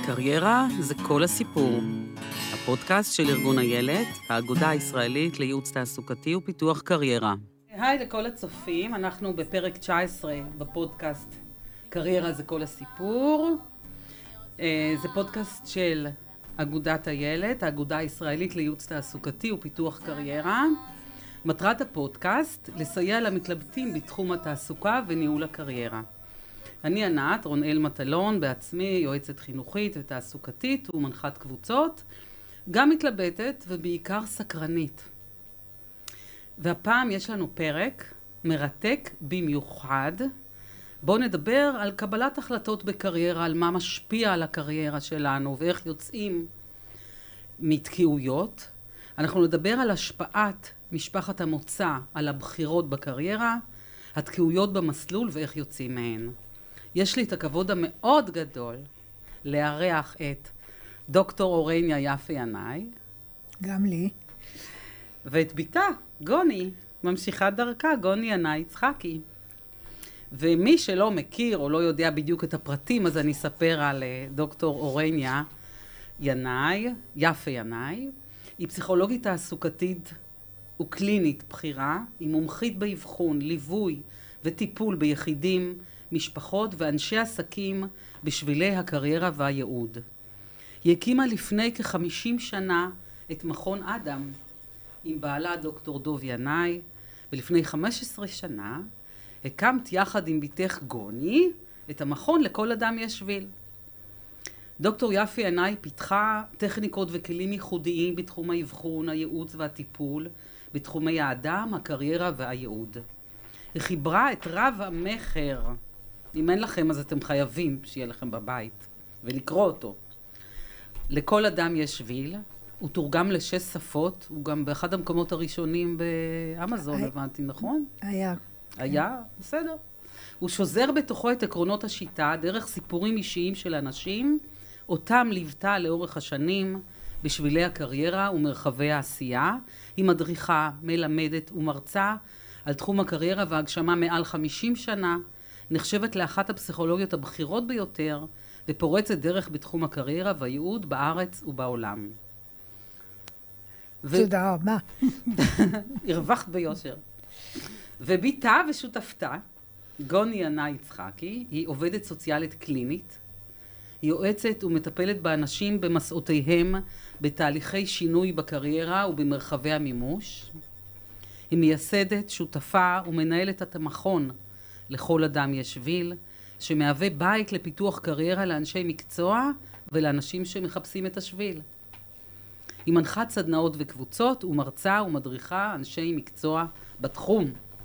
קריירה זה כל הסיפור. הפודקאסט של ארגון איילת, האגודה הישראלית לייעוץ תעסוקתי ופיתוח קריירה. היי לכל הצופים, אנחנו בפרק 19 בפודקאסט קריירה זה כל הסיפור. זה פודקאסט של אגודת איילת, האגודה הישראלית לייעוץ תעסוקתי ופיתוח קריירה. מטרת הפודקאסט, לסייע למתלבטים בתחום התעסוקה וניהול הקריירה. אני ענת, רונאל מטלון, בעצמי יועצת חינוכית ותעסוקתית ומנחת קבוצות, גם מתלבטת ובעיקר סקרנית. והפעם יש לנו פרק מרתק במיוחד. בואו נדבר על קבלת החלטות בקריירה, על מה משפיע על הקריירה שלנו ואיך יוצאים מתקיעויות. אנחנו נדבר על השפעת משפחת המוצא על הבחירות בקריירה, התקיעויות במסלול ואיך יוצאים מהן. יש לי את הכבוד המאוד גדול לארח את דוקטור אורניה יפה ינאי. גם לי. ואת ביתה, גוני, ממשיכת דרכה, גוני ינאי יצחקי. ומי שלא מכיר או לא יודע בדיוק את הפרטים, אז אני אספר על דוקטור אורניה ינאי, יפה ינאי. היא פסיכולוגית תעסוקתית וקלינית בחירה, היא מומחית באבחון, ליווי וטיפול ביחידים, משפחות ואנשי עסקים בשבילי הקריירה והייעוד. היא הקימה לפני כ-50 שנה את מכון אדם עם בעלה דוקטור דוב ינאי, ולפני 15 שנה הקמת יחד עם ביתך גוני את המכון לכל אדם יש שביל. דוקטור יפה ינאי פיתחה טכניקות וכלים ייחודיים בתחום האבחון, הייעוץ והטיפול, בתחומי האדם, הקריירה והייעוד. היא חיברה את רב המחר, אם אין לכם אז אתם חייבים שיהיה לכם בבית ולקרוא אותו. לכל אדם יש שביל, הוא תורגם ל6 שפות, הוא גם באחד המקומות הראשונים באמזון, הבנתי, נכון? היה? בסדר. הוא שוזר בתוכו את עקרונות השיטה דרך סיפורים אישיים של אנשים, אותם ליוותה לאורך השנים בשבילי הקריירה ומרחבי העשייה. היא מדריכה, מלמדת ומרצה על תחום הקריירה והגשמה מעל 50 שנה, נחשבת לאחת הפסיכולוגיות הבכירות ביותר ופורצת דרך בתחום הקריירה והייעוד בארץ ובעולם. תודה רבה. הרווחת ביושר. וביתה ושותפתה, גוני ינאי יצחקי, היא עובדת סוציאלית קלינית, היא יועצת ומטפלת באנשים במסעותיהם בתהליכי שינוי בקריירה ובמרחבי המימוש. היא מייסדת, שותפה ומנהלת את המכון לכל אדם יש שביל, שמהווה בית לפיתוח קריירה לאנשי מקצוע ולאנשים שמחפשים את השביל. היא מנחת סדנאות וקבוצות ומרצה ומדריכה אנשי מקצוע בתחום.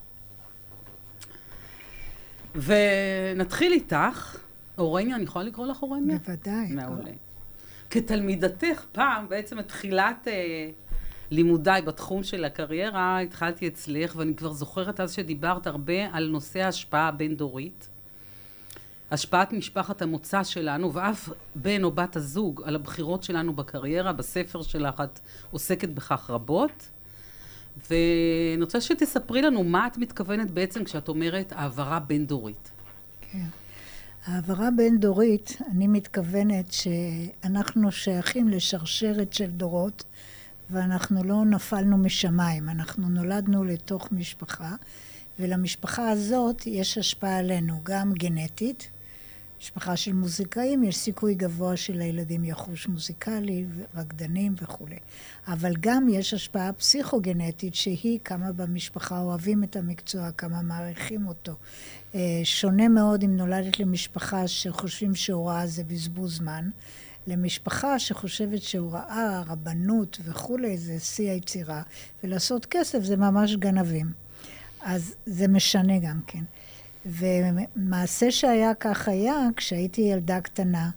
ונתחיל איתך. אורניה, אני יכולה לקרוא לך אורניה? בוודאי. מעולה. כתלמידתך פעם, בעצם את תחילת לימודיי בתחום של הקריירה, התחלתי אצלך, ואני כבר זוכרת אז שדיברת הרבה על נושא ההשפעה הבין-דורית, השפעת משפחת המוצא שלנו, ואף בן או בת הזוג על הבחירות שלנו בקריירה. בספר שלך את עוסקת בכך רבות, ואני רוצה שתספרי לנו מה את מתכוונת בעצם כשאת אומרת העברה בין-דורית. כן. העברה בין-דורית, אני מתכוונת שאנחנו שייכים לשרשרת של דורות, ואנחנו לא נפלנו משמיים, אנחנו נולדנו לתוך משפחה, ולמשפחה הזאת יש השפעה עלינו, גם גנטית. משפחה של מוזיקאים, יש סיכוי גבוה שלילדים יחוש מוזיקלי, רקדנים וכו'. אבל גם יש השפעה פסיכוגנטית שהיא כמה במשפחה אוהבים את המקצוע, כמה מעריכים אותו. שונה מאוד אם נולדת למשפחה שחושבים שהוראה זה בזבוז זמן, למשפחה שחושבת שהוראה, רבנות וכו' זה שיא היצירה, ולעשות כסף זה ממש גנבים. אז זה משנה גם כן. ומעשה שהיה כך היה, כשהייתי ילדה קטנה,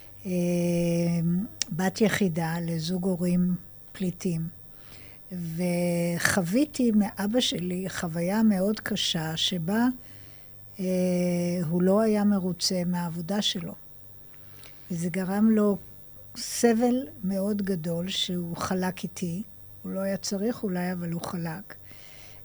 בת יחידה לזוג הורים פליטים, וחוויתי מאבא שלי חוויה מאוד קשה, שבה הוא לא היה מרוצה מהעבודה שלו. וזה גרם לו סבל מאוד גדול שהוא חלק איתי. הוא לא היה צריך אולי, אבל הוא חלק.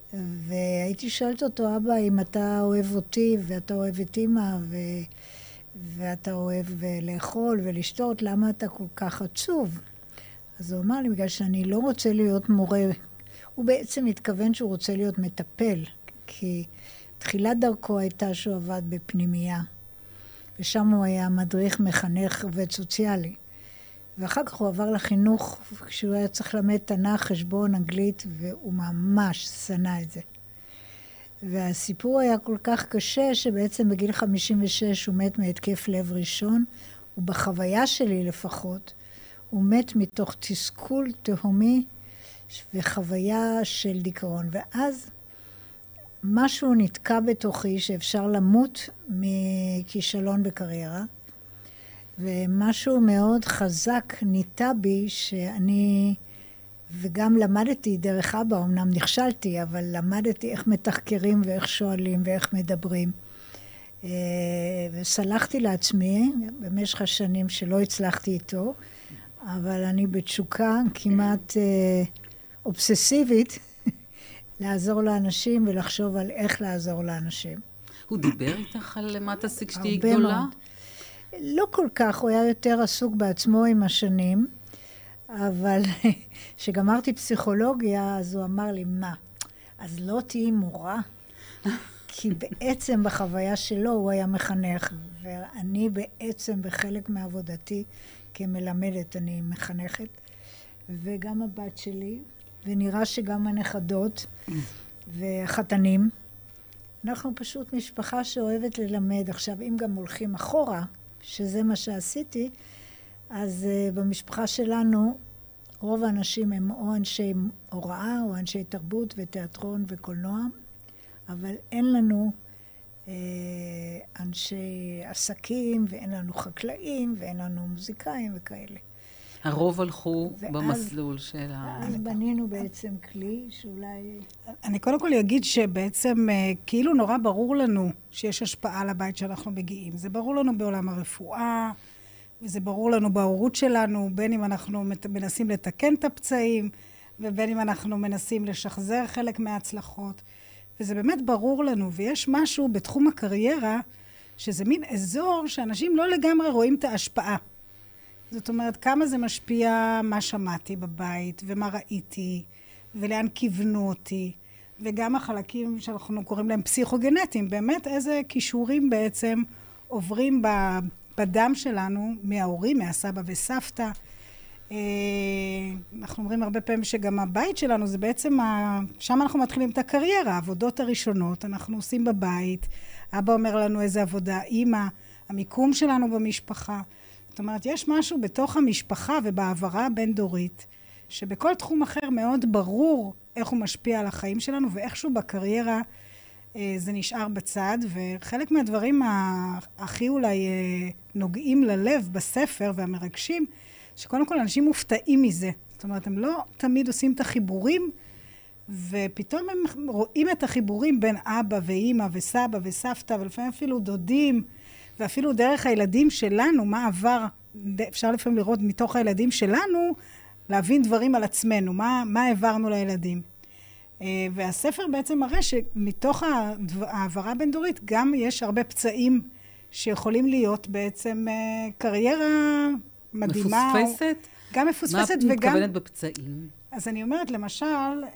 והייתי שואלת אותו, אבא, אם אתה אוהב אותי ואתה אוהב את אמא, ואתה אוהב לאכול ולשתות, למה אתה כל כך עצוב? אז הוא אמר לי, בגלל שאני לא רוצה להיות מורה. הוא בעצם התכוון שהוא רוצה להיות מטפל, כי תחילת דרכו הייתה שהוא עבד בפנימייה, ושם הוא היה מדריך, מחנך עובד סוציאלי. ואחר כך הוא עבר לחינוך, כשהוא היה צריך ללמד תנ"ך, חשבון, אנגלית, והוא ממש שנא את זה. והסיפור היה כל כך קשה, שבעצם בגיל 56 הוא מת מהתקף לב ראשון, ובחוויה שלי לפחות, הוא מת מתוך תסכול תהומי וחוויה של דיכאון. ואז משהו נתקע בתוכי שאפשר למות מכישלון בקריירה, ומשהו מאוד חזק ניטע בי שאני, וגם למדתי דרך אבא, אמנם נכשלתי, אבל למדתי איך מתחקרים ואיך שואלים ואיך מדברים. וסלחתי לעצמי במשך השנים שלא הצלחתי איתו, אבל אני בתשוקה כמעט אובססיבית לעזור לאנשים ולחשוב על איך לעזור לאנשים. הוא דיבר איתך על מה תשיג שתהיי גדולה? מאוד. לא כל כך, הוא היה יותר עסוק בעצמו עם השנים, אבל כשגמרתי פסיכולוגיה, אז הוא אמר לי, מה? אז לא תהיי מורה? כי בעצם בחוויה שלו הוא היה מחנך, ואני בעצם בחלק מעבודתי כמלמדת, אני מחנכת, וגם הבת שלי, ונראה שגם הנכדות והחתנים. אנחנו פשוט משפחה שאוהבת ללמד. עכשיו, אם גם הולכים אחורה, שזה מה שעשיתי, אז במשפחה שלנו רוב האנשים הם או אנשי הוראה, או אנשי תרבות ותיאטרון וקולנוע, אבל אין לנו אנשי עסקים, ואין לנו חקלאים, ואין לנו מוזיקאים וכאלה. הרוב הלכו במסלול של אז בנינו בעצם כלי שאולי... אני קודם כל אגיד שבעצם כאילו נורא ברור לנו שיש השפעה לבית שאנחנו מגיעים. זה ברור לנו בעולם הרפואה, וזה ברור לנו בהורות שלנו, בין אם אנחנו מנסים לתקן את הפצעים, ובין אם אנחנו מנסים לשחזר חלק מההצלחות. וזה באמת ברור לנו, ויש משהו בתחום הקריירה, שזה מין אזור שאנשים לא לגמרי רואים את ההשפעה. זאת אומרת, כמה זה משפיע מה שמעתי בבית, ומה ראיתי, ולאן כיוונו אותי, וגם החלקים שאנחנו קוראים להם פסיכוגנטיים, באמת איזה כישורים בעצם עוברים בדם שלנו, מההורים, מהסבא וסבתא. אנחנו אומרים הרבה פעמים שגם הבית שלנו זה בעצם, שם אנחנו מתחילים את הקריירה, העבודות הראשונות, אנחנו עושים בבית, אבא אומר לנו איזה עבודה, אמא, המיקום שלנו במשפחה. זאת אומרת, יש משהו בתוך המשפחה ובעברה הבין-דורית, שבכל תחום אחר מאוד ברור איך הוא משפיע על החיים שלנו, ואיכשהו בקריירה זה נשאר בצד, וחלק מהדברים הכי אולי נוגעים ללב בספר והמרגשים, שקודם כל אנשים מופתעים מזה. זאת אומרת, הם לא תמיד עושים את החיבורים, ופתאום הם רואים את החיבורים בין אבא ואמא וסבא וסבתא, ולפעמים אפילו דודים, ואפילו דרך הילדים שלנו, מה עבר, אפשר לפעמים לראות מתוך הילדים שלנו, להבין דברים על עצמנו, מה העברנו לילדים. והספר בעצם מראה שמתוך העברה הבין-דורית גם יש הרבה פצעים שיכולים להיות בעצם קריירה מדהימה. מפוספסת? גם מפוספסת וגם... מה וגם... מתכוונת בפצעים? אז אני אומרת למשל,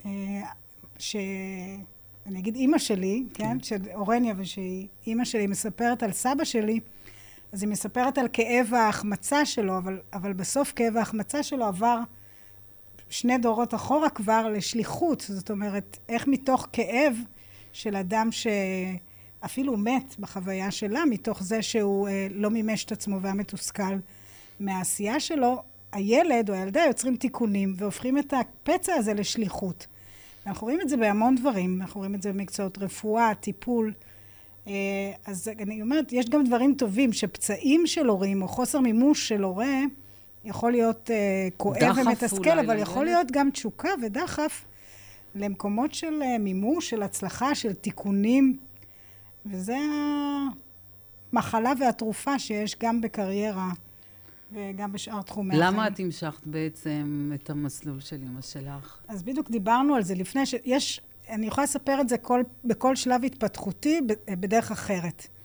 אני אגיד אמא שלי, כן? שאורניה ושהיא אמא שלי מספרת על סבא שלי, אז היא מספרת על כאב ההחמצה שלו, אבל בסוף כאב ההחמצה שלו עבר 2 דורות אחורה כבר לשליחות. זאת אומרת, איך מתוך כאב של אדם שאפילו מת בחוויה שלה, מתוך זה שהוא לא מימש את עצמו והיה מתוסכל מהעשייה שלו, הילד או הילדה יוצרים תיקונים והופכים את הפצע הזה לשליחות. אנחנו רואים את זה בהמון דברים, אנחנו רואים את זה במקצועות רפואה, טיפול. אז אני אומרת, יש גם דברים טובים שפצעים של הורים או חוסר מימוש של הורה יכול להיות כואב ומתסכל, אבל יכול להיות גם תשוקה ודחף למקומות של מימוש, של הצלחה, של תיקונים, וזה המחלה והתרופה שיש גם בקריירה וגם בשאר תחומי החיים. למה את המשכת בעצם את המסלול של אמא שלך? אז בדיוק דיברנו על זה לפני שיש, אני יכולה לספר את זה בכל שלב התפתחותי בדרך אחרת.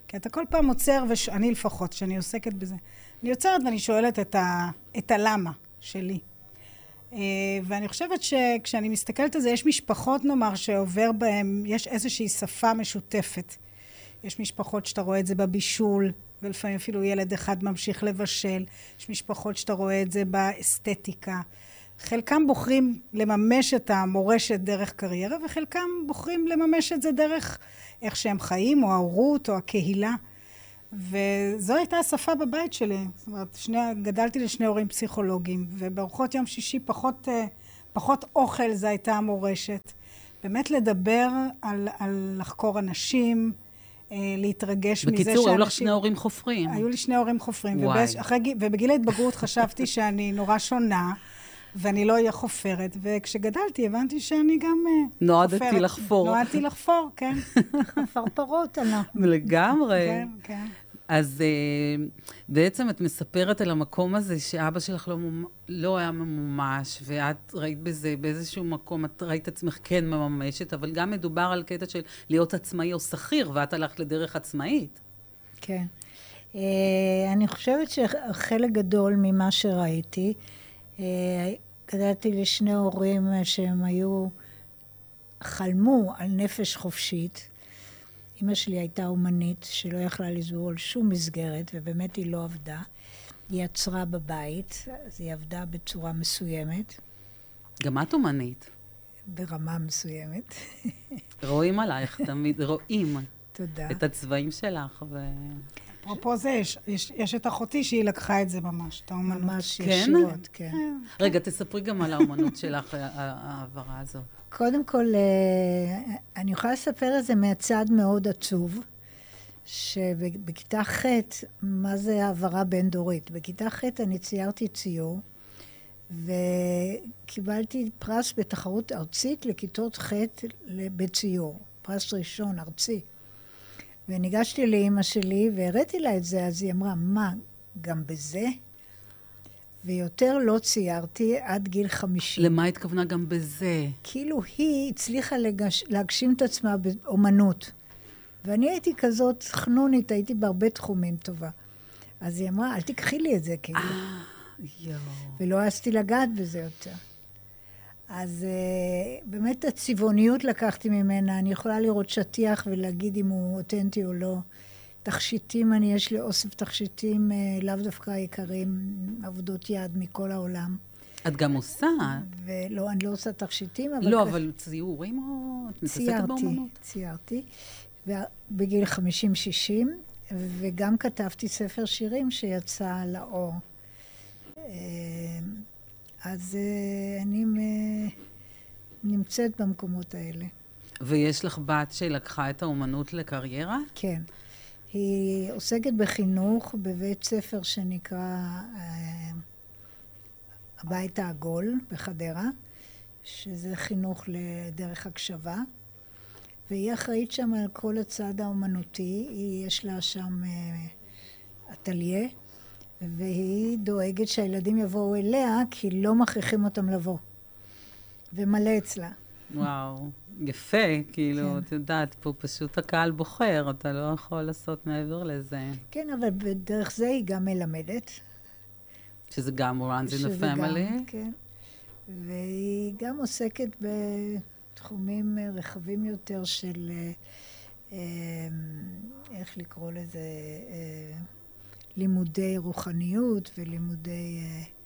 כי אתה כל פעם עוצר, ואני לפחות, שאני עוסקת בזה, אני עוצרת ואני שואלת את הלמה שלי. ואני חושבת שכשאני מסתכלת על זה, יש משפחות, נאמר, שעובר בהם, יש איזושהי שפה משותפת. יש משפחות שאתה רואה את זה בבישול, ולפעמים אפילו ילד אחד ממשיך לבשל. יש משפחות שאתה רואה את זה באסתטיקה. חלקם בוחרים לממש את המורשת דרך קריירה, וחלקם בוחרים לממש את זה דרך איך שהם חיים, או ההורות, או הקהילה. וזו הייתה השפה בבית שלי. זאת אומרת, גדלתי לשני הורים פסיכולוגיים, ובארוחות יום שישי פחות אוכל, זה הייתה המורשת. באמת לדבר על לחקור אנשים, להתרגש מזה שאנשים... בקיצור, היו לך שני הורים חופרים. היו לי שני הורים חופרים. ובגיל ההתבגרות חשבתי שאני נורא שונה, ואני לא אהיה חופרת. וכשגדלתי הבנתי שאני גם נועדתי לחפור. נועדתי לחפור, כן. חפרפרות אנחנו. לגמרי. כן, כן. אז בעצם את מספרת על המקום הזה שאבא שלך לא היה ממומש, ואת ראית בזה באיזשהו מקום, את ראית עצמך כן מממשת, אבל גם מדובר על קטע של להיות עצמאי או שכיר, ואת הלכת לדרך עצמאית. כן. אני חושבת שחלק גדול ממה שראיתי, גדלתי לשני הורים שהם חלמו על נפש חופשית. אמא שלי הייתה אומנית שלא יכלה לסבול שום מסגרת, ובאמת היא לא עבדה. היא יצרה בבית, אז היא עבדה בצורה מסוימת. גם את אומנית. ברמה מסוימת. רואים עלייך תמיד, רואים. תודה. את הצבעים שלך. אפרופו זה, יש את אחותי שהיא לקחה את זה ממש, את האומנות. ממש ישירות, כן. רגע, תספרי גם על האומנות שלך, העברה הזאת. קודם כל, אני יכולה לספר את זה מהצד מאוד עצוב, שבכיתה ח', מה זה העברה בין דורית? בכיתה ח' אני ציירתי ציור, וקיבלתי פרס בתחרות ארצית לכיתות ח' בציור, פרס ראשון ארצי. וניגשתי לאמא שלי והראיתי לה את זה, אז היא אמרה, מה, גם בזה? ויותר לא ציירתי עד גיל 50. למה התכוונה גם בזה? כאילו היא הצליחה להגשים את עצמה באומנות. ואני הייתי כזאת חנונית, הייתי בהרבה תחומים טובה. אז היא אמרה, אל תקחי לי את זה, כאילו. ולא עשיתי לגעת בזה יותר. אז באמת הצבעוניות לקחתי ממנה. אני יכולה לראות שטיח ולהגיד אם הוא אותנטי או לא. תכשיטים, יש לי אוסף תכשיטים לאו דווקא יקרים, עבודות יד מכל העולם. את גם עושה. ולא, אני לא עושה תכשיטים, אבל... לא, אבל ציורים או... את מתעסקת באומנות? ציירתי. בגיל 50-60, וגם כתבתי ספר שירים שיצא לאור. אז אני נמצאת במקומות האלה. ויש לך בת שלקחה את האומנות לקריירה? כן. היא עוסקת בחינוך בבית ספר שנקרא הבית העגול בחדרה, שזה חינוך לדרך הקשבה, והיא אחראית שם על כל הצד האומנותי. יש לה שם אטליה, והיא דואגת שהילדים יבואו אליה, כי לא מכריחים אותם לבוא. ומלא אצלה. וואו, יפה, כאילו, כן. את יודעת, פה פשוט הקהל בוחר, אתה לא יכול לעשות מעבר לזה. כן, אבל בדרך זה היא גם מלמדת. שזה גם runs in the family. כן. והיא גם עוסקת בתחומים רחבים יותר של, איך לקרוא לזה, לימודי רוחניות ולימודי,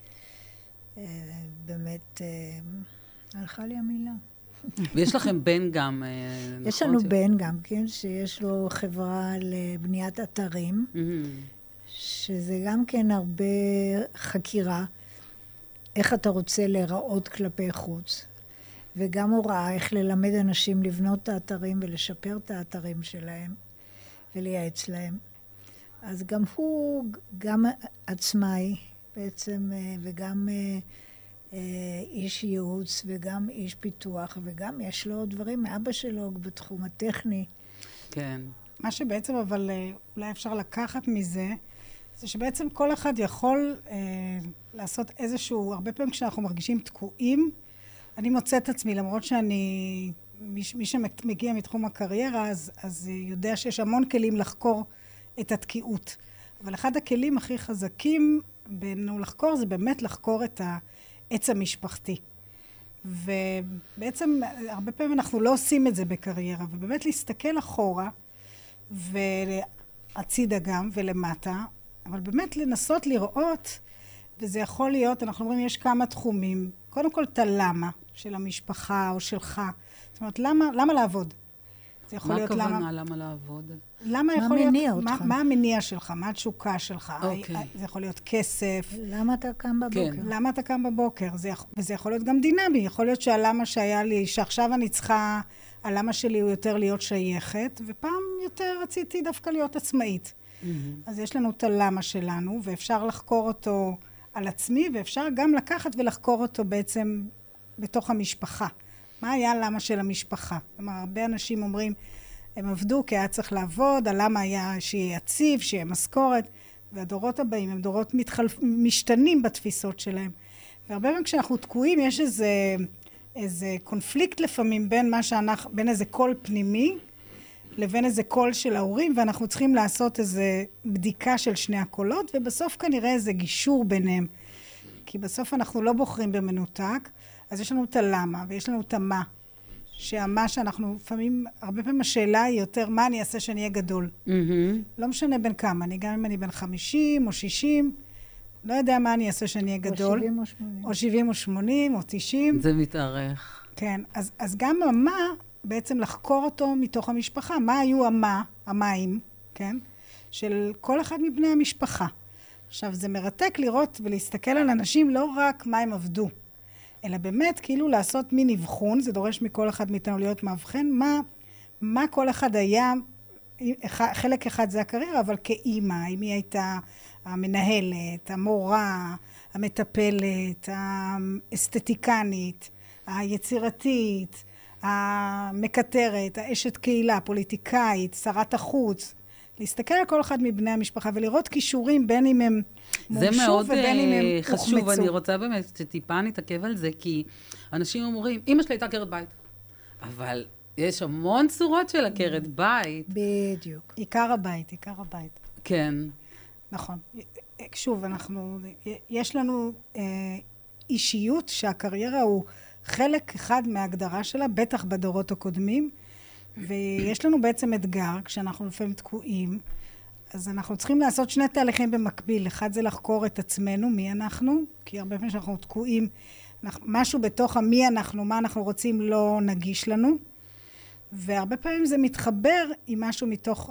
באמת, הלכה לי המילה. ויש לכם בן גם, נכון? יש לנו בן גם, כן, שיש לו חברה לבניית אתרים, שזה גם כן הרבה חקירה, איך אתה רוצה להיראות כלפי חוץ, וגם הוראה איך ללמד אנשים לבנות את האתרים ולשפר את האתרים שלהם, ולייעץ להם. אז גם הוא, גם עצמאי בעצם, וגם איש ייעוץ, וגם איש פיתוח, וגם יש לו דברים מאבא שלו בתחום הטכני. כן. מה שבעצם אבל אולי אפשר לקחת מזה, זה שבעצם כל אחד יכול לעשות איזשהו, הרבה פעמים כשאנחנו מרגישים תקועים, אני מוצאת עצמי, למרות שאני, מי שמגיע מתחום הקריירה, אז יודע שיש המון כלים לחקור את התקיעות. אבל אחד הכלים הכי חזקים בינו לחקור זה באמת לחקור את העץ המשפחתי. ובעצם הרבה פעמים אנחנו לא עושים את זה בקריירה, ובאמת להסתכל אחורה והצידה גם ולמטה, אבל באמת לנסות לראות, וזה יכול להיות, אנחנו אומרים יש כמה תחומים, קודם כל את הלמה של המשפחה או שלך, זאת אומרת למה לעבוד? זה יכול להיות מה הכוונה למה לעבוד? למה מה יכול להיות, מניע אותך? מה המניע שלך, מה התשוקה שלך, אוקיי. זה יכול להיות כסף, למה אתה קם בבוקר? כן. למה אתה קם בבוקר? וזה יכול להיות גם דינמי, יכול להיות שהלמה שהיה לי, שעכשיו אני צריכה, הלמה שלי הוא יותר להיות שייכת, ופעם יותר רציתי דווקא להיות עצמאית. אז יש לנו את הלמה שלנו, ואפשר לחקור אותו על עצמי, ואפשר גם לקחת ולחקור אותו בעצם בתוך המשפחה. מה היה הלמה של המשפחה? כלומר, הרבה אנשים אומרים, הם עבדו כי היה צריך לעבוד, הלמה היה שיהיה יציב, שיהיה משכורת, והדורות הבאים הם דורות משתנים בתפיסות שלהם. והרבה פעמים כשאנחנו תקועים, יש איזה קונפליקט לפעמים בין איזה קול פנימי, לבין איזה קול של ההורים, ואנחנו צריכים לעשות איזה בדיקה של שני הקולות, ובסוף כנראה איזה גישור ביניהם. כי בסוף אנחנו לא בוחרים במנותק, אז יש לנו את הלמה, ויש לנו את המה. שהמה שאנחנו לפעמים, הרבה פעמים השאלה היא יותר, מה אני אעשה שאני אהיה גדול? לא משנה בין כמה, גם אם אני בין 50 או 60, לא יודע מה אני אעשה שאני אהיה גדול. או 70 או 80. או 70 או 80 או 90. זה מתארך. כן, אז גם המה, בעצם לחקור אותו מתוך המשפחה. מה היו המים, כן? של כל אחד מבני המשפחה. עכשיו, זה מרתק לראות ולהסתכל על אנשים לא רק מה הם עבדו, אלא באמת כאילו לעשות מין אבחון, זה דורש מכל אחד מאיתנו להיות מאבחן, מה כל אחד היה, חלק אחד זה הקריירה, אבל כאימא, אם היא הייתה המנהלת, המורה, המטפלת, האסתטיקנית, היצירתית, המקטרת, האשת קהילה, פוליטיקאית, שרת החוץ, להסתכל על כל אחד מבני המשפחה ולראות קישורים בין אם הם מורשו ובין אם הם הוחמצו. זה מאוד חשוב, אני רוצה באמת שטיפה נתעכב על זה, כי אנשים אומרים, אמא שלי הייתה עקרת בית, אבל יש המון צורות של עקרת בית. בדיוק. עיקר הבית. כן. נכון. שוב, יש לנו אישיות שהקריירה הוא חלק אחד מההגדרה שלה, בטח בדורות הקודמים, ויש לנו בעצם אתגר, כשאנחנו לפעמים תקועים, אז אנחנו צריכים לעשות שני תהליכים במקביל. אחד זה לחקור את עצמנו, מי אנחנו, כי הרבה פעמים שאנחנו תקועים, משהו בתוך המי אנחנו, מה אנחנו רוצים לא נגיש לנו, והרבה פעמים זה מתחבר עם משהו מתוך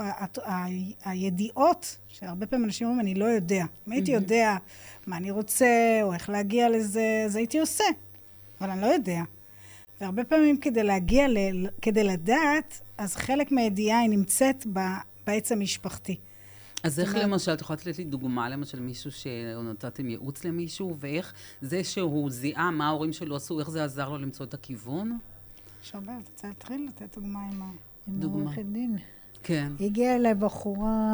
הידיעות, שהרבה פעמים אנשים אומרים, אני לא יודע. אם הייתי יודע מה אני רוצה, או איך להגיע לזה, אז הייתי עושה. אבל אני לא יודע. והרבה פעמים כדי לדעת, אז חלק מהידיעה היא נמצאת בעץ המשפחתי. אז איך למשל, את יכולה לתת לי דוגמה למשל מישהו שנתתם ייעוץ למישהו, ואיך זה שהוא זיהה מה ההורים שלו עשו, איך זה עזר לו למצוא את הכיוון? שרבל, אתה רוצה להתחיל לתת דוגמה עם עורכת דין. כן. הגיעה אליי בחורה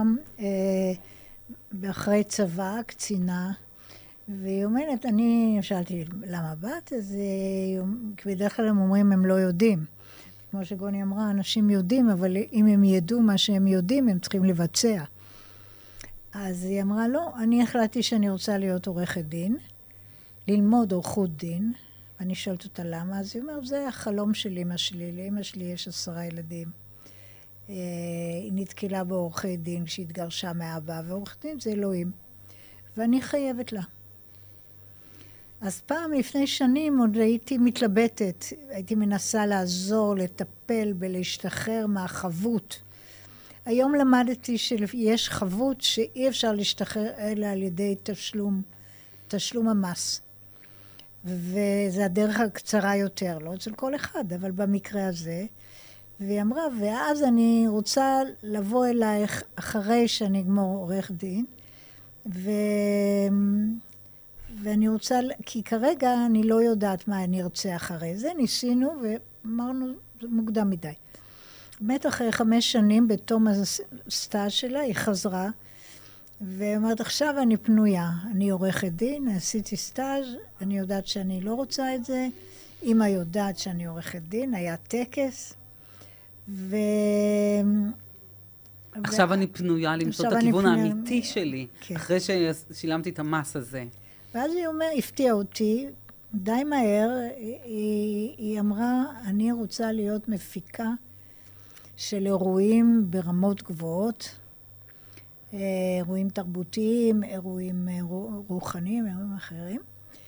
אחרי צבא, קצינה, והיא אומרת, אני שאלתי למה באת, אז בדרך כלל הם אומרים, הם לא יודעים. כמו שגוני אמרה, אנשים יודעים, אבל אם הם ידעו מה שהם יודעים, הם צריכים לבצע. אז היא אמרה, לא, אני החלטתי שאני רוצה להיות עורכת דין, ללמוד עורכות דין, ואני שואלת אותה למה, אז היא אומרת, זה החלום של אמא שלי, לאמא שלי יש 10 ילדים. היא נתקלה בעורכי דין כשהתגרשה מאבא, ועורכת דין זה אלוהים. ואני חייבת לה. אז פעם לפני שנים עוד הייתי מתלבטת, הייתי מנסה לעזור, לטפל ולהשתחרר מהחבות. היום למדתי שיש חבות שאי אפשר להשתחרר אלא על ידי תשלום המס. וזה הדרך הקצרה יותר, לא אצל כל אחד, אבל במקרה הזה. והיא אמרה, ואז אני רוצה לבוא אלייך אחרי שאני אגמור עורך דין, ואני רוצה, כי כרגע אני לא יודעת מה אני ארצה אחרי זה, ניסינו ואמרנו, זה מוקדם מדי. באמת אחרי 5 שנים בתום הסטאז' שלה, היא חזרה, ואומרת, עכשיו אני פנויה, אני עורכת דין, עשיתי סטאז', אני יודעת שאני לא רוצה את זה, אמא יודעת שאני עורכת דין, היה טקס, עכשיו אני פנויה למצוא את הכיוון האמיתי שלי, אחרי ששילמתי את המס הזה. ואז היא הפתיעה אותי, די מהר, היא אמרה, אני רוצה להיות מפיקה של אירועים ברמות גבוהות, אירועים תרבותיים, אירועים רוחניים, אירועים אחרים.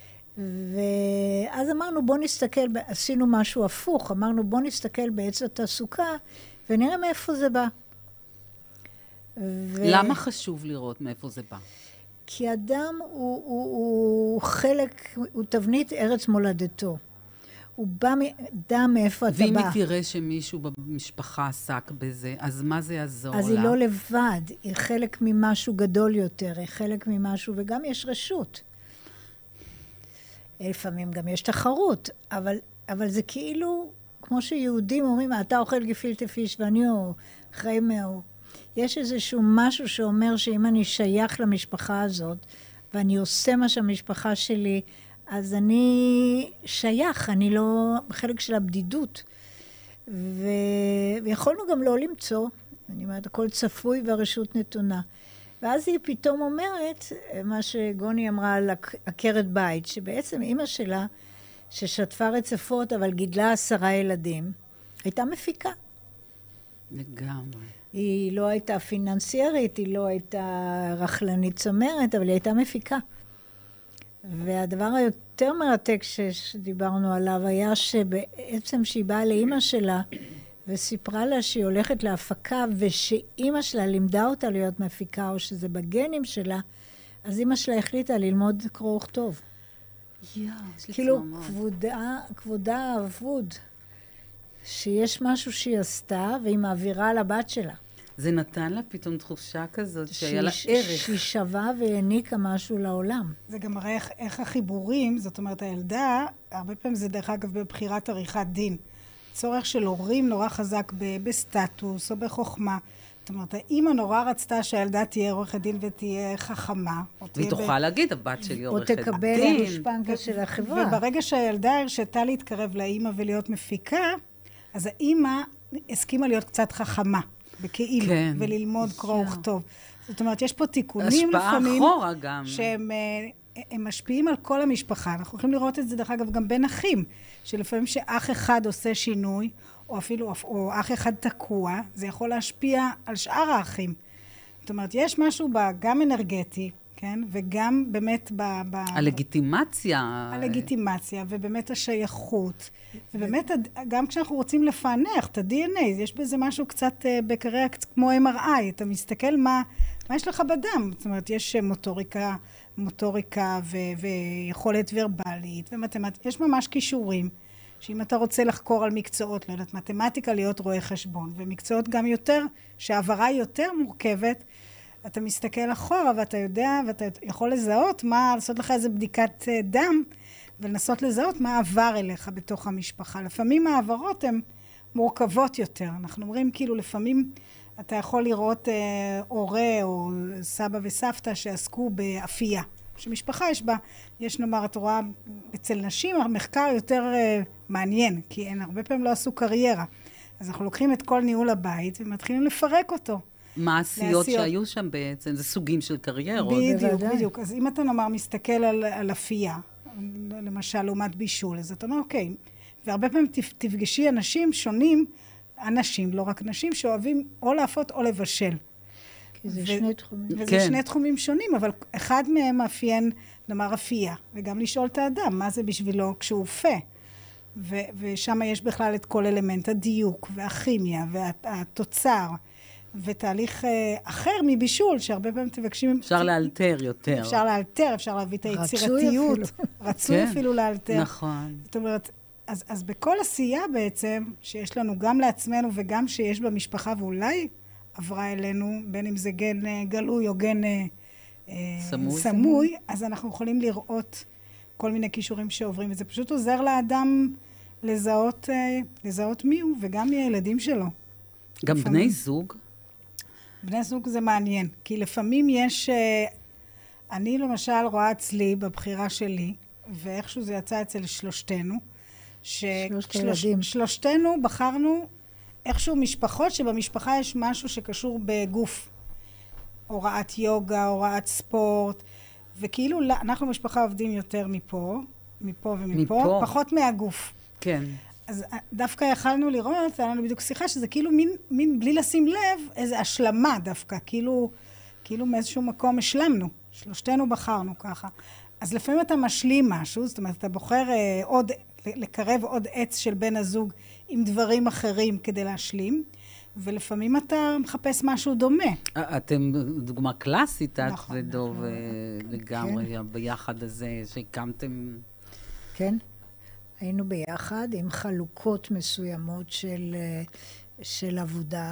ואז אמרנו, בוא נסתכל, עשינו משהו הפוך, אמרנו, בוא נסתכל בעץ התעסוקה, ונראה מאיפה זה בא. למה חשוב לראות מאיפה זה בא? כי אדם הוא חלק, הוא תבנית ארץ מולדתו. הוא בא, דע מאיפה אתה בא. ואם היא תראה שמישהו במשפחה עסק בזה, אז מה זה יעזור לה? אז היא לא לבד, היא חלק ממשהו גדול יותר, היא חלק ממשהו, וגם יש רשות. לפעמים גם יש תחרות, אבל זה כאילו, כמו שיהודים אומרים, אתה אוכל גפילטע פיש ואני חי מאו. יש איזשהו משהו שאומר שאם אני שייך למשפחה הזאת, ואני עושה מה שהמשפחה שלי, אז אני שייך, אני לא חלק של הבדידות. ויכולנו גם לא למצוא, אני אומרת, הכל צפוי והרשות נתונה. ואז היא פתאום אומרת, מה שגוני אמרה על עקרת בית, שבעצם אמא שלה, ששטפה רצפות, אבל גידלה 10 ילדים, הייתה מפיקה. לגמרי. היא לא הייתה פיננסיירית, היא לא הייתה רכלנית צמרת, אבל היא הייתה מפיקה. והדבר היותר מרתק שדיברנו עליו היה שבעצם שהיא באה לאמא שלה וסיפרה לה שהיא הולכת להפקה ושאמא שלה לימדה אותה להיות מפיקה או שזה בגנים שלה, אז אמא שלה החליטה ללמוד קרוא וכתוב. כאילו כבודה אבוד, שיש משהו שהיא עשתה והיא מעבירה לבת שלה. זה נתן לה פתאום תחושה כזאת שהיה לה ערך. שהיא שווה והעניקה משהו לעולם. זה גם מראה איך החיבורים, זאת אומרת הילדה, הרבה פעמים זה דרך אגב בבחירת עריכת דין. צורך של הורים נורא חזק בסטטוס או בחוכמה. זאת אומרת, האמא נורא רצתה שהילדה תהיה עורכת דין ותהיה חכמה. והיא תוכל להגיד, הבת שלי עורכת דין. או תקבל משפנקה של החברה. וברגע שהילדה הרשתה להתקרב לאמא ולהיות מפיקה, אז האמא הסכימה להיות קצת חכמה. בכאילו, כן. וללמוד קרוא וכתוב. זאת אומרת, יש פה תיקונים לפעמים, אחורה גם. שהם משפיעים על כל המשפחה. אנחנו יכולים לראות את זה, דרך אגב, גם בין אחים, שלפעמים שאח אחד עושה שינוי, או אפילו אח אחד תקוע, זה יכול להשפיע על שאר האחים. זאת אומרת, יש משהו גם אנרגטי, כן? וגם באמת הלגיטימציה. הלגיטימציה, ובאמת השייכות. ובאמת, גם כשאנחנו רוצים לפענח את ה-DNA, יש בזה משהו קצת בקריה כמו MRI. אתה מסתכל מה יש לך בדם. זאת אומרת, יש מוטוריקה ויכולת ורבלית ומתמטיקה. יש ממש קישורים, שאם אתה רוצה לחקור על מקצועות, לא יודעת, מתמטיקה להיות רואה חשבון, ומקצועות גם יותר, שהעברה יותר מורכבת, אתה מסתכל אחורה ואתה יודע, ואתה יכול לזהות לעשות לך איזה בדיקת דם, ולנסות לזהות מה עבר אליך בתוך המשפחה. לפעמים העברות הן מורכבות יותר. אנחנו אומרים כאילו לפעמים אתה יכול לראות הורה או סבא וסבתא שעסקו באפייה. שמשפחה יש נאמר, את רואה אצל נשים, המחקר יותר מעניין, כי הן הרבה פעמים לא עשו קריירה. אז אנחנו לוקחים את כל ניהול הבית ומתחילים לפרק אותו. מה העשיות שהיו שם בעצם? זה סוגים של קריירות. בדיוק. אז אם אתה נאמר מסתכל על אפייה, למשל לעומת בישול, אז אתה אומר אוקיי, והרבה פעמים תפגשי אנשים שונים, אנשים, לא רק נשים, שאוהבים או להפות או לבשל. כי זה שני תחומים. וזה שני תחומים שונים, אבל אחד מהם מאפיין, נאמר, אפייה, וגם לשאול את האדם, מה זה בשבילו כשהוא פה. ושם יש בכלל את כל אלמנט הדיוק, והכימיה, והתוצר, ותהליך אחר מבישול, שהרבה פעמים תבקשים... אפשר לאלתר יותר. אפשר לאלתר, אפשר להביא את היצירתיות. רצוי אפילו לאלתר. נכון. זאת אומרת, אז בכל עשייה בעצם, שיש לנו גם לעצמנו וגם שיש במשפחה, ואולי עברה אלינו, בין אם זה גן גלוי או גן סמוי, אז אנחנו יכולים לראות כל מיני קישורים שעוברים, וזה פשוט עוזר לאדם לזהות מי הוא, וגם מהילדים שלו. גם לפעמים, בני זוג? בני זוג זה מעניין, כי לפעמים יש, אני למשל רואה אצלי בבחירה שלי, ואיכשהו זה יצא אצל שלושתנו, שלושת ילדים. שלושתנו בחרנו איכשהו משפחות שבמשפחה יש משהו שקשור בגוף. הוראת יוגה, הוראת ספורט, וכאילו אנחנו משפחה עובדים יותר מפה ומפה, פחות מהגוף. כן. אז דווקא יכלנו לראות, היה לנו בדיוק שיחה, שזה כאילו מין בלי לשים לב, איזו השלמה דווקא, כאילו מאיזשהו מקום השלמנו, שלושתנו בחרנו ככה. אז לפעמים אתה משלים משהו, זאת אומרת, אתה בוחר לקרב עוד עץ של בן הזוג עם דברים אחרים כדי להשלים, ולפעמים אתה מחפש משהו דומה. אתם דוגמה קלאסית, את ודוב לגמרי ביחד הזה שהקמתם. כן, היינו ביחד עם חלוקות מסוימות של עבודה,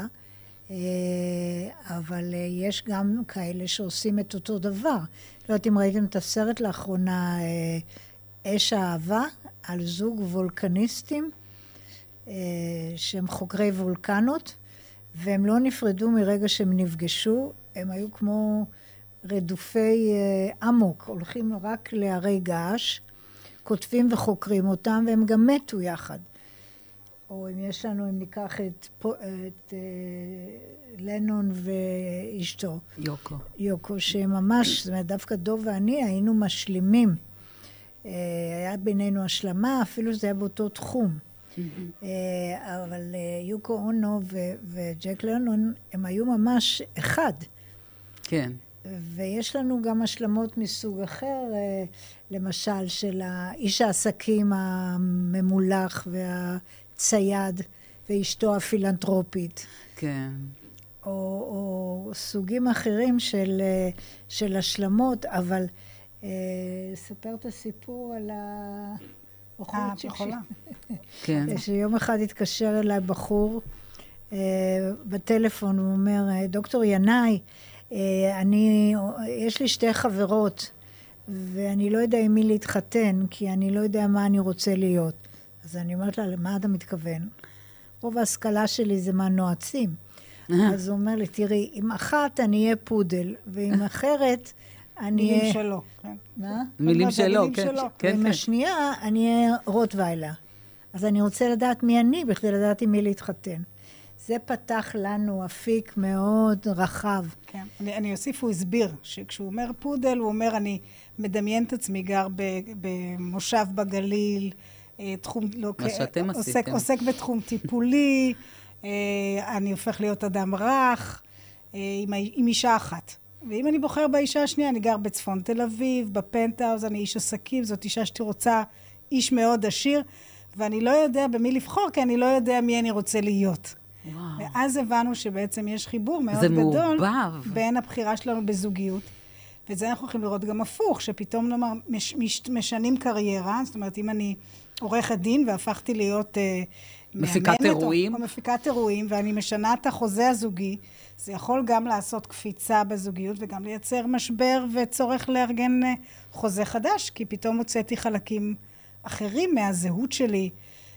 אבל יש גם כאלה שעושים את אותו דבר. לא יודעת אם ראיתם את הסרט לאחרונה, אש האהבה, על זוג וולקניסטים, שהם חוקרי וולקנות, והם לא נפרדו מרגע שהם נפגשו, הם היו כמו רדופי אמוק, הולכים רק להרי געש, כותבים וחוקרים אותם, והם גם מתו יחד. או אם יש לנו, אם ניקח את לנון ואשתו. יוקו, שממש, זאת אומרת, דווקא דוב ואני היינו משלימים. היה בינינו השלמה, אפילו שזה היה באותו תחום. אבל יוקו אונו וג'ק לנון, הם היו ממש אחד. כן. ויש לנו גם השלמות מסוג אחר, למשל של איש העסקים הממולח והצייד ואשתו הפילנטרופית. כן. או סוגים אחרים של השלמות, אבל ספר את הסיפור על את יכולה. כן. שיום אחד התקשר אליי בחור בטלפון, הוא אומר, דוקטור ינאי, יש לי 2 חברות, ואני לא יודע עם מי להתחתן, כי אני לא יודע מה אני רוצה להיות. אז אני אומרת לה, למה אתה מתכוון? רוב ההשכלה שלי זה מה נועצים. אז הוא אומר לי, תראי, עם אחת אני אהיה פודל, ועם אחרת אני אהיה... מילים שלו. מה? מילים שלו, כן. ועם השנייה אני אהיה רוטוויילר. אז אני רוצה לדעת מי אני, בכדי לדעת עם מי להתחתן. זה פתח לנו אפיק מאוד רחב. כן. אני אוסיף, הוא הסביר, שכשהוא אומר פודל, הוא אומר, אני מדמיין את עצמי, גר במושב בגליל, תחום... מה שאתם עשיתם. עוסק בתחום טיפולי, אני הופך להיות אדם רך, עם אישה אחת. ואם אני בוחר באישה השנייה, אני גר בצפון תל אביב, בפנטהאוז, אני איש עסקים, זאת אישה שרוצה איש מאוד עשיר, ואני לא יודע במי לבחור, כי אני לא יודע מי אני רוצה להיות. וואו. ואז הבנו שבעצם יש חיבור מאוד זה גדול מעורבב. בין הבחירה שלנו בזוגיות, וזה אנחנו יכולים לראות גם הפוך, שפתאום נאמר, משנים קריירה, זאת אומרת, אם אני עורכת דין והפכתי להיות מפיקת אירועים. או מפיקת אירועים, ואני משנה את החוזה הזוגי, זה יכול גם לעשות קפיצה בזוגיות, וגם לייצר משבר וצורך לארגן חוזה חדש, כי פתאום הוצאתי חלקים אחרים מהזהות שלי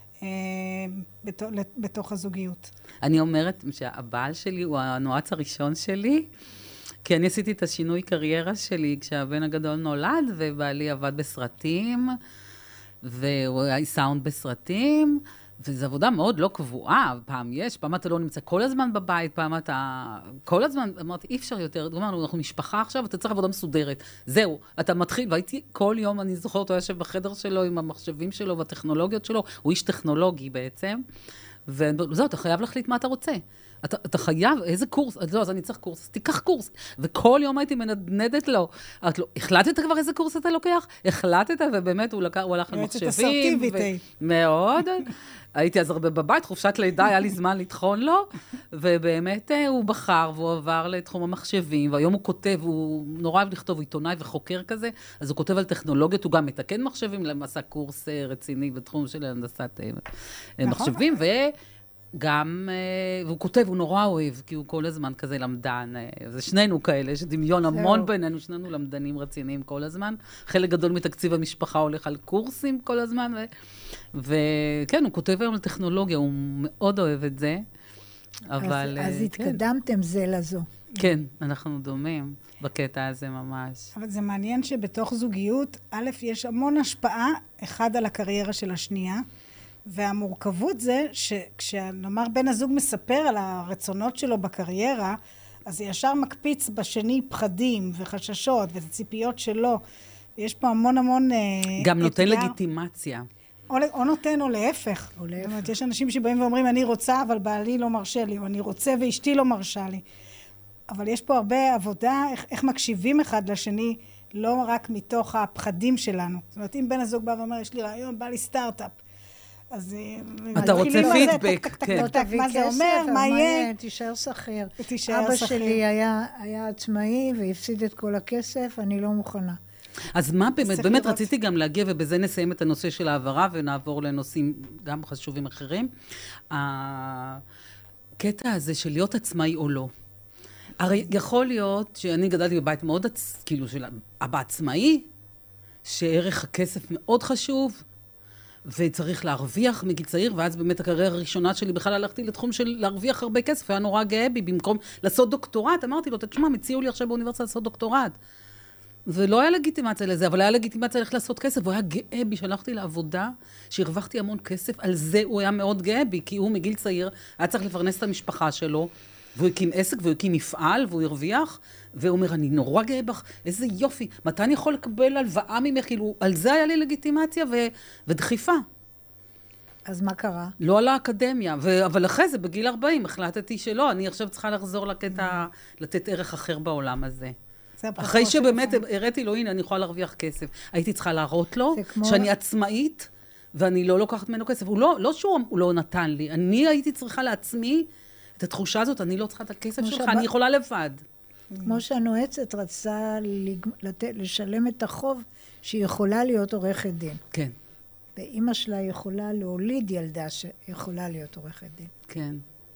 בתוך הזוגיות. אני אומרת שהבעל שלי הוא הנועץ הראשון שלי, כי אני עשיתי את השינוי קריירה שלי כשהבן הגדול נולד, ובעלי עבד בסרטים, והוא היה סאונד בסרטים, וזו עבודה מאוד לא קבועה, פעם יש, פעם אתה לא נמצא כל הזמן בבית, פעם אתה... כל הזמן, אמרתי, אי אפשר יותר, אמרנו, אנחנו משפחה עכשיו, אתה צריך עבודה מסודרת. זהו, אתה מתחיל, והייתי כל יום, אני זוכרת, הוא יושב בחדר שלו עם המחשבים שלו והטכנולוגיות שלו, הוא איש טכנולוגי בעצם, וזהו, אתה חייב להחליט מה אתה רוצה. אתה חייב, איזה קורס? לא, אז אני צריך קורס, אז תיקח קורס. וכל יום הייתי מנדנדת לו. החלטת כבר איזה קורס אתה לוקח? החלטת, ובאמת הוא הלך למחשבים. מאוד. הייתי אז הרבה בבית, חופשת לידה, היה לי זמן לטחון לו, ובאמת הוא בחר, והוא עבר לתחום המחשבים, והיום הוא כותב, הוא נורא אוהב לכתוב עיתונאי וחוקר כזה, אז הוא כותב על טכנולוגיות, הוא גם מתקן מחשבים, עשה קורס רציני בתחום של הנדסת מחשבים, גם, והוא כותב, הוא נורא אוהב, כי הוא כל הזמן כזה למדן, זה שנינו כאלה, שדמיון המון בינינו, שנינו למדנים רציניים כל הזמן, חלק גדול מתקציב המשפחה הולך על קורסים כל הזמן, וכן, הוא כותב היום על טכנולוגיה, הוא מאוד אוהב את זה, אבל... אז התקדמתם זה לזו. כן, אנחנו דומים בקטע הזה ממש. אבל זה מעניין שבתוך זוגיות, א', יש המון השפעה, אחד על הקריירה של השנייה, והמורכבות זה שכשנאמר בן הזוג מספר על הרצונות שלו בקריירה, אז זה ישר מקפיץ בשני פחדים וחששות וציפיות שלו. יש פה המון גם נותן לגיטימציה. או נותן או להפך. זאת אומרת, יש אנשים שבאים ואומרים, אני רוצה, אבל בעלי לא מרשה לי, או אני רוצה ואשתי לא מרשה לי. אבל יש פה הרבה עבודה, איך מקשיבים אחד לשני, לא רק מתוך הפחדים שלנו. זאת אומרת, אם בן הזוג בא ואומר, יש לי רעיון, בא לי סטארט-אפ. אז אתה רוצה פידבק, כן. מה זה אומר, מה יהיה? תישאר שכיר. אבא שלי היה עצמאי והפסיד את כל הכסף, אני לא מוכנה. אז מה באמת רציתי גם להגיע, ובזה נסיים את הנושא של העברה, ונעבור לנושאים גם חשובים אחרים. הקטע הזה של להיות עצמאי או לא. הרי יכול להיות שאני גדלתי בבית מאוד, כאילו של אבא עצמאי, שערך הכסף מאוד חשוב, וצריך להרוויח מגיל צעיר, ואז באמת הקריירה הראשונה שלי בכלל הלכתי לתחום של להרוויח הרבה כסף, היה נורא גאה בי, במקום לעשות דוקטורט, אמרתי לו, תשמע, מציעו לי עכשיו באוניברסיטה לעשות דוקטורט. ולא היה לגיטימציה לזה, אבל היה לגיטימציה ללכת לעשות כסף, והוא היה גאה בי, שהלכתי לעבודה, שהרווחתי המון כסף, על זה הוא היה מאוד גאה בי, כי הוא מגיל צעיר, היה צריך לפרנס את המשפחה שלו, והוא הקים עסק, והוא הקים מפעל, והוא הרוויח, והוא אומר, אני נורא גאה בך, איזה יופי, מתי אני יכול לקבל הלוואה ממך? כאילו, על זה היה לי לגיטימציה ודחיפה. אז מה קרה? לא על האקדמיה, אבל אחרי זה, בגיל 40, החלטתי שלא, אני עכשיו צריכה לחזור לקטע, לתת ערך אחר בעולם הזה. אחרי שבאמת הראיתי לו, הנה, אני יכולה להרוויח כסף. הייתי צריכה להראות לו שאני עצמאית, ואני לא לוקחת ממנו כסף. לא שהוא לא נתן לי, אני הייתי צריכה לעצמי את התחושה הזאת, אני לא צריכה את הכסף שלך, אני יכולה לבד. כמו שהנועצת רצתה לשלם את החוב שהיא יכולה להיות עורכת דין. כן. ואימא שלה יכולה להוליד ילדה שיכולה להיות עורכת דין. כן.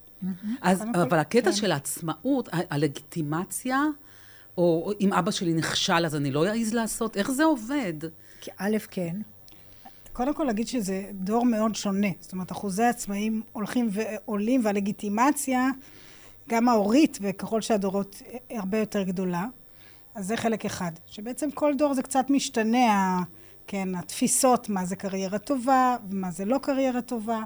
אבל הקטע של העצמאות, הלגיטימציה, או אם אבא שלי נכשל, אז אני לא אעז לעשות. איך זה עובד? כי א', כן. קודם כל להגיד שזה דור מאוד שונה. זאת אומרת, אחוזי עצמאים הולכים ועולים, והלגיטימציה, גם ההורית, וככל שהדורות הרבה יותר גדולה, אז זה חלק אחד. שבעצם כל דור זה קצת משתנה, כן, התפיסות, מה זה קריירה טובה, ומה זה לא קריירה טובה.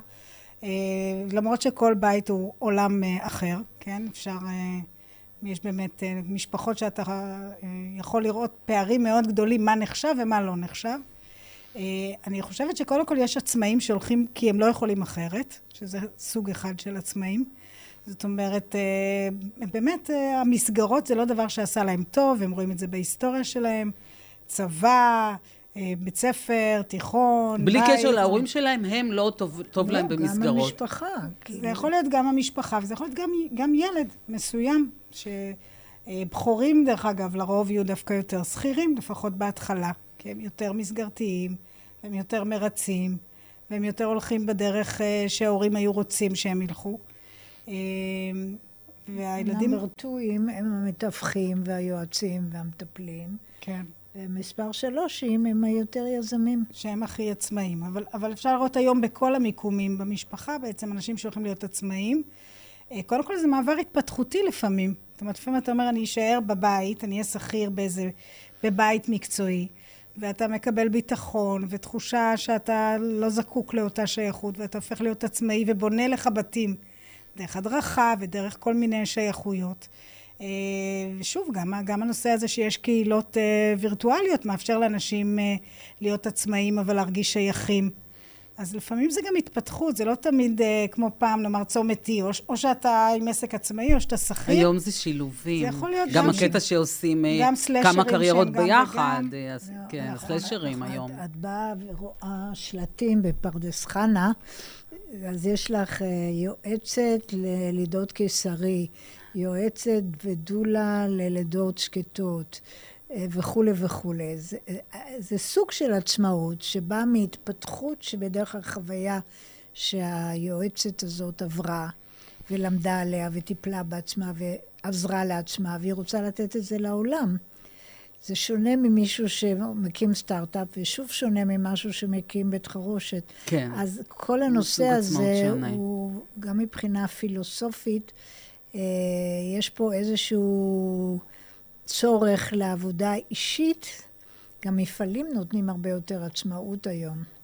למרות שכל בית הוא עולם אחר, כן? אפשר... יש באמת משפחות שאתה יכול לראות פערים מאוד גדולים, מה נחשב ומה לא נחשב. אני חושבת שקודם כל יש עצמאים שהולכים כי הם לא יכולים אחרת, שזה סוג אחד של עצמאים. זאת אומרת, באמת המסגרות זה לא דבר שעשה להם טוב, הם רואים את זה בהיסטוריה שלהם, צבא, בית ספר, תיכון, בלי קשר להורים שלהם, הם לא טוב להם במסגרות. גם המשפחה. זה יכול להיות גם המשפחה, וזה יכול להיות גם ילד מסוים, שבחורים דרך אגב, לרוב יהיו דווקא יותר שכירים, לפחות בהתחלה, כי הם יותר מסגרתיים, הם יותר מרצים, והם יותר הולכים בדרך שההורים היו רוצים שהם ילכו. והילדים... נאמבר 2 הם המתווכים והיועצים והמטפלים. כן. ומספר 3 הם היותר יזמים. שהם הכי עצמאים. אבל אפשר לראות היום בכל המיקומים במשפחה, בעצם אנשים שהולכים להיות עצמאים. קודם כל זה מעבר התפתחותי לפעמים. זאת אומרת, לפעמים אתה אומר, אני אשאר בבית, אני אהיה שכיר בבית מקצועי, ואתה מקבל ביטחון ותחושה שאתה לא זקוק לאותה שייכות, ואתה הופך להיות עצמאי ובונה לך בתים דרך הדרכה ודרך כל מיני שייכויות. ושוב, גם הנושא הזה שיש קהילות וירטואליות מאפשר לאנשים להיות עצמאים אבל להרגיש שייכים. אז לפעמים זה גם התפתחות, זה לא תמיד כמו פעם, נאמר צומתי, או שאתה עם עסק עצמאי או שאתה שכיר. היום זה שילובים. זה יכול להיות גם הקטע שעושים כמה קריירות ביחד. כן, סלשרים היום. את באה ורואה שלטים בפרדס חנה, אז יש לך יועצת ללידות קיסרי, יועצת ודולה ללידות שקטות, וכו' וכו'. זה סוג של עצמאות שבאה מהתפתחות שבדרך כלל חוויה שהיועצת הזאת עברה ולמדה עליה וטיפלה בעצמה ועזרה לעצמה והיא רוצה לתת את זה לעולם. זה שונה ממישהו שמקים סטארט-אפ ושוב שונה ממשהו שמקים בית חרושת. כן. אז כל הנושא הזה הוא גם מבחינה פילוסופית, יש פה איזשהו צורך לעבודה אישית, גם מפעלים נותנים הרבה יותר עצמאות היום.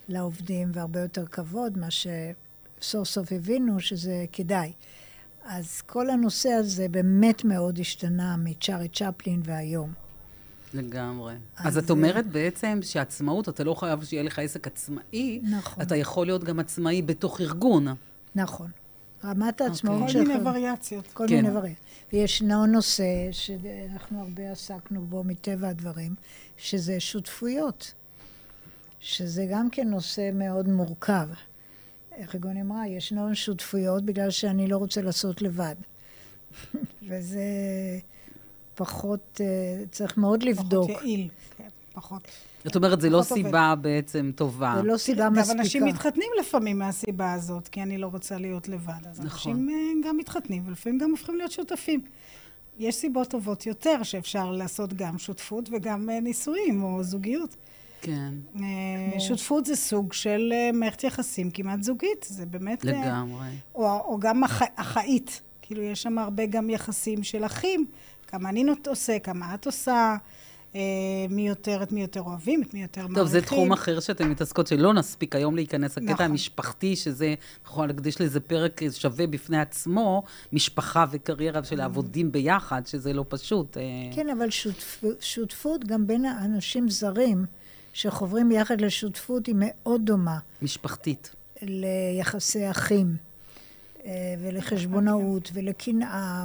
לעובדים והרבה יותר כבוד, מה שסוף סוף הבינו שזה כדאי. אז כל הנושא הזה באמת מאוד השתנה מצ'ארלי צ'פלין והיום. לגמרי. אז את אומרת בעצם שעצמאות, אתה לא חייב שיהיה לך עסק עצמאי, נכון. אתה יכול להיות גם עצמאי בתוך ארגון. נכון. רמת העצמאות כל מיני וריאציות. כל מיני וריאציות. וישנו נושא שאנחנו הרבה עסקנו בו מטבע הדברים, שזה שותפויות. שזה גם כן נושא מאוד מורכב. איך גוני אמרה, ישנו שותפויות בגלל שאני לא רוצה לעשות לבד. וזה פחות, צריך מאוד לבדוק. פחות יעיל, כן, פחות. זאת אומרת, זה לא סיבה בעצם טובה. זה לא סיבה מספיקה. אבל אנשים מתחתנים לפעמים מהסיבה הזאת, כי אני לא רוצה להיות לבד. אז אנשים גם מתחתנים, ולפעמים גם הופכים להיות שותפים. יש סיבות טובות יותר שאפשר לעשות גם שותפות וגם נישואים או זוגיות. כן. שותפות זה סוג של מערכת יחסים כמעט זוגית, זה באמת... לגמרי. או גם אחאית, כאילו יש שם הרבה גם יחסים של אחים, כמה אני עושה, כמה את עושה, מי יותר אוהבים, את מי יותר מעריכים. טוב, זה תחום אחר שאתם מתעסקות, שלא נספיק היום להיכנס הקטע המשפחתי, שזה, יכול להקדיש לזה פרק שווה בפני עצמו, משפחה וקריירה של העבודים ביחד, שזה לא פשוט. כן, אבל שותפות גם בין האנשים זרים, שחוברים ביחד לשותפות היא מאוד דומה. משפחתית. ליחסי אחים, ולחשבונאות, ולקנאה,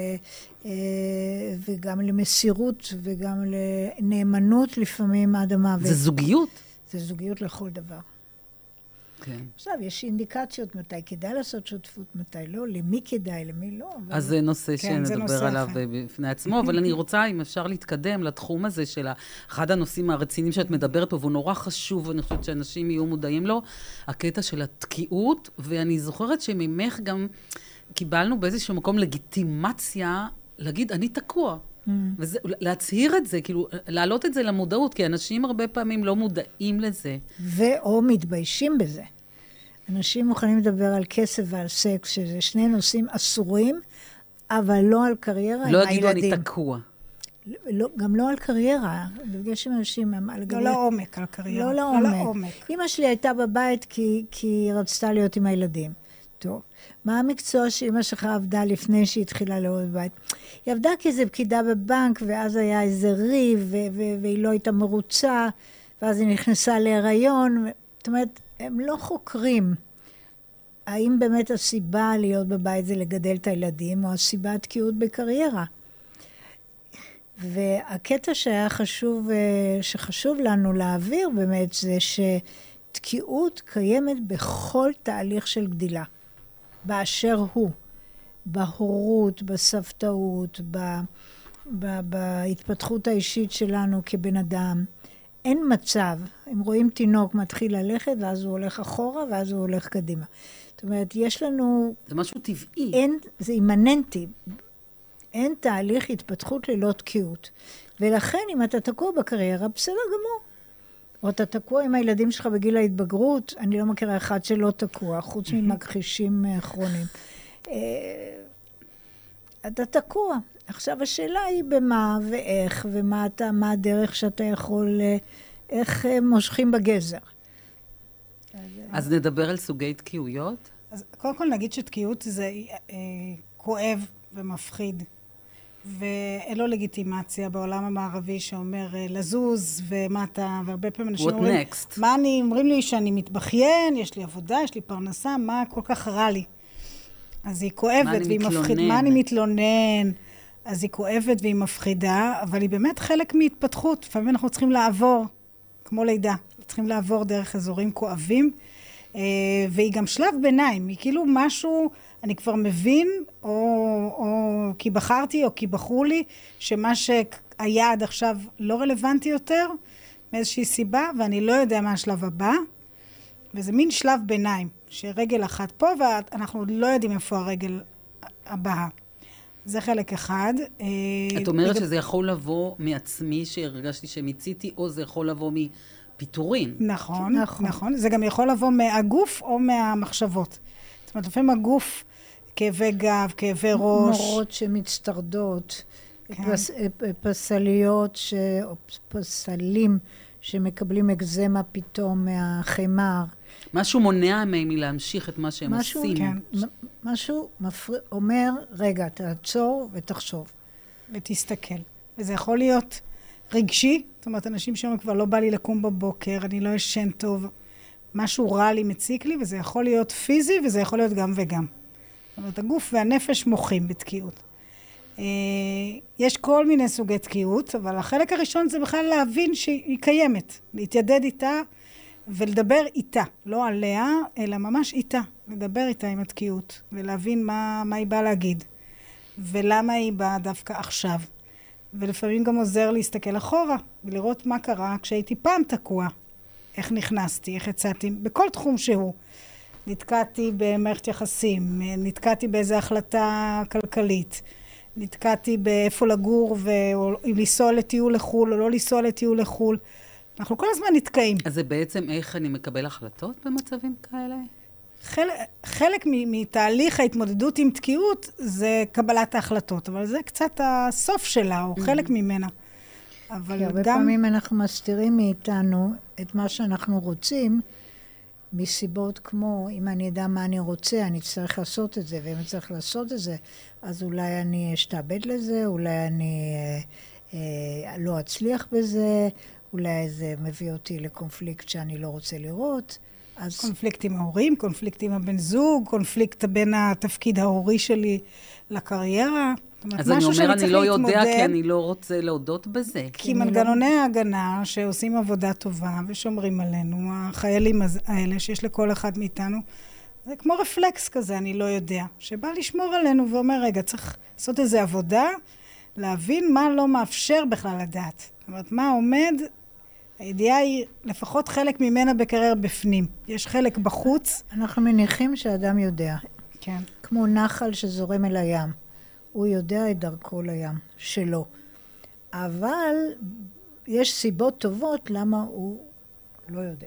וגם למסירות, וגם לנאמנות לפעמים עד המוות. זה זוגיות? זה זוגיות לכל דבר. כן. עכשיו, יש אינדיקציות מתי כדאי לעשות שותפות, מתי לא, למי כדאי, למי לא. אז זה נושא שנדבר עליו בפני עצמו, אבל אני רוצה, אם אפשר להתקדם לתחום הזה של אחד הנושאים הרציניים שאת מדברת פה, והוא נורא חשוב, ואני חושבת שאנשים יהיו מודעים לו, הקטע של התקיעות, ואני זוכרת שממך גם קיבלנו באיזשהו מקום לגיטימציה, להגיד, אני תקוע. להצהיר את זה, כאילו, להעלות את זה למודעות, כי אנשים הרבה פעמים לא מודעים לזה. או מתביישים בזה. אנשים מוכנים לדבר על כסף ועל סקס, שזה שני נושאים אסורים, אבל לא על קריירה עם הילדים. לא יגידו אני תקוע. גם לא על קריירה. נפגש עם אנשים... לא לעומק על קריירה. לא לעומק. אמא שלי הייתה בבית כי היא רצתה להיות עם הילדים. טוב, מה המקצוע שאמא שלך עבדה לפני שהיא התחילה לעבוד בבית? היא עבדה כאיזו פקידה בבנק, ואז היה איזה ריב, והיא לא הייתה מרוצה, ואז היא נכנסה להיריון. זאת אומרת, הם לא חוקרים. האם באמת הסיבה להיות בבית זה לגדל את הילדים, או הסיבה התקיעות בקריירה? והקטע שהיה חשוב, שחשוב לנו להעביר באמת, זה שתקיעות קיימת בכל תהליך של גדילה. באשר הוא, בהורות, בסבתאות, בהתפתחות האישית שלנו כבן אדם. אין מצב, אם רואים תינוק מתחיל ללכת, ואז הוא הולך אחורה, ואז הוא הולך קדימה. זאת אומרת, יש לנו... זה משהו טבעי. זה אימננטי. אין תהליך התפתחות ללא תקיעות. ולכן, אם אתה תקוע בקריירה, בסדר גמור. או אתה תקוע עם הילדים שלך בגיל ההתבגרות, אני לא מכירה אחד שלא תקוע, חוץ ממכחישים כרוניים. אתה תקוע. עכשיו השאלה היא במה ואיך, ומה הדרך שאתה יכול, איך מושכים בגזר. אז נדבר על סוגי תקיעויות? אז קודם כל נגיד שתקיעות זה כואב ומפחיד. ואין לו לגיטימציה בעולם המערבי שאומר לזוז ומה אתה, והרבה פעמים אנשים אומרים, אומרים לי שאני מתבכיין, יש לי עבודה, יש לי פרנסה, מה כל כך רע לי? אז היא כואבת והיא מפחידה, מה אני מתלונן? אז היא כואבת והיא מפחידה, אבל היא באמת חלק מהתפתחות. לפעמים אנחנו צריכים לעבור, כמו לידה, צריכים לעבור דרך אזורים כואבים, והיא גם שלב ביניים, היא כאילו משהו, אני כבר מבין, או כי בחרתי, או כי בחרו לי, שמה שהיה עד עכשיו לא רלוונטי יותר, מאיזושהי סיבה, ואני לא יודע מה השלב הבא, וזה מין שלב ביניים, שרגל אחת פה, ואנחנו לא יודעים איפה הרגל הבאה. זה חלק אחד. את אומרת שזה יכול לבוא מעצמי, שהרגשתי שמיציתי, או זה יכול לבוא פיטורין. נכון, נכון. זה גם יכול לבוא מהגוף או מהמחשבות. זאת אומרת, לפעמים הגוף, כאבי גב, כאבי ראש. מורות שמצטרדות, פסליות, או פסלים שמקבלים אקזמה פתאום מהחמר. משהו מונע מהם מלהמשיך את מה שהם עושים. כן. משהו אומר, רגע, תעצור ותחשוב. ותסתכל. וזה יכול להיות רגשי, זאת אומרת, אנשים שאומרים, כבר לא בא לי לקום בבוקר, אני לא ישן טוב, משהו רע לי, מציק לי, וזה יכול להיות פיזי, וזה יכול להיות גם וגם. זאת אומרת, הגוף והנפש מוחים בתקיעות. יש כל מיני סוגי תקיעות, אבל החלק הראשון זה בכלל להבין שהיא קיימת, להתיידד איתה ולדבר איתה, לא עליה, אלא ממש איתה, לדבר איתה עם התקיעות, ולהבין מה היא באה להגיד, ולמה היא באה דווקא עכשיו. ולפעמים גם עוזר להסתכל אחורה, ולראות מה קרה כשהייתי פעם תקוע, איך נכנסתי, איך יצאתי, בכל תחום שהוא. נתקעתי במערכת יחסים, נתקעתי באיזו החלטה כלכלית, נתקעתי באיפה לגור, ואם לנסוע לטיול לחול או לא לנסוע לטיול לחול. אנחנו כל הזמן נתקעים. אז זה בעצם איך אני מקבל החלטות במצבים כאלה? חלק מתהליך ההתמודדות עם תקיעות זה קבלת ההחלטות, אבל זה קצת הסוף שלה, או חלק ממנה. אבל כי הרבה פעמים אנחנו מסתירים מאיתנו את מה שאנחנו רוצים, מסיבות כמו, אם אני יודע מה אני רוצה, אני צריך לעשות את זה, ואם אני צריך לעשות את זה, אז אולי אני אשתעבד לזה, אולי אני לא אצליח בזה, אולי זה מביא אותי לקונפליקט שאני לא רוצה לראות. אז קונפליקט עם ההורים, קונפליקט עם הבן זוג, קונפליקט בין התפקיד ההורי שלי לקריירה. אז אני אומר, אני לא יודע כי אני לא רוצה להודות בזה. כי מנגנוני ההגנה שעושים עבודה טובה ושומרים עלינו, החיילים האלה שיש לכל אחד מאיתנו, זה כמו רפלקס כזה, אני לא יודע, שבא לשמור עלינו ואומר, רגע, צריך לעשות איזו עבודה, להבין מה לא מאפשר בכלל לדעת. זאת אומרת, מה עומד, הידיעה היא לפחות חלק ממנה בקריירה בפנים. יש חלק בחוץ. אנחנו מניחים שאדם יודע. כן. כמו נחל שזורם אל הים. הוא יודע את דרכו לים, שלו. אבל יש סיבות טובות למה הוא לא יודע.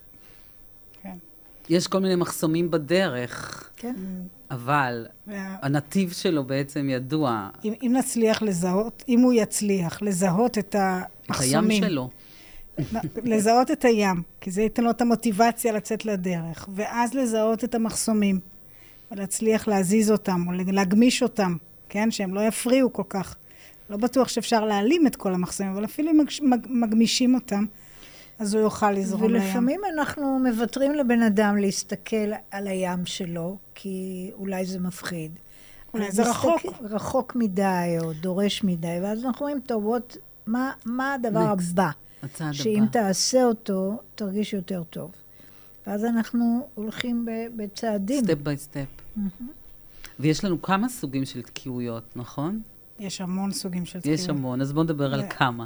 כן. יש כל מיני מחסומים בדרך. כן. אבל הנתיב שלו בעצם ידוע. אם נצליח לזהות, אם הוא יצליח לזהות את המחסומים. את הים שלו. לזהות את הים, כי זה ייתן לו את המוטיבציה לצאת לדרך, ואז לזהות את המחסומים, ולהצליח להזיז אותם, או להגמיש אותם, כן? שהם לא יפריעו כל כך. לא בטוח שאפשר להעלים את כל המחסומים, אבל אפילו מגמישים אותם, אז הוא יוכל לזרום לים. ולפעמים אנחנו מוותרים לבן אדם להסתכל על הים שלו, כי אולי זה מפחיד. אולי זה רחוק. רחוק מדי, או דורש מדי, ואז אנחנו אומרים, טוב, מה הדבר הבא? שאם תעשה אותו, תרגיש יותר טוב. ואז אנחנו הולכים בצעדים. סטפ ביי סטפ. ויש לנו כמה סוגים של תקיעויות, נכון? יש המון סוגים של תקיעות. יש המון, אז בואו נדבר על כמה.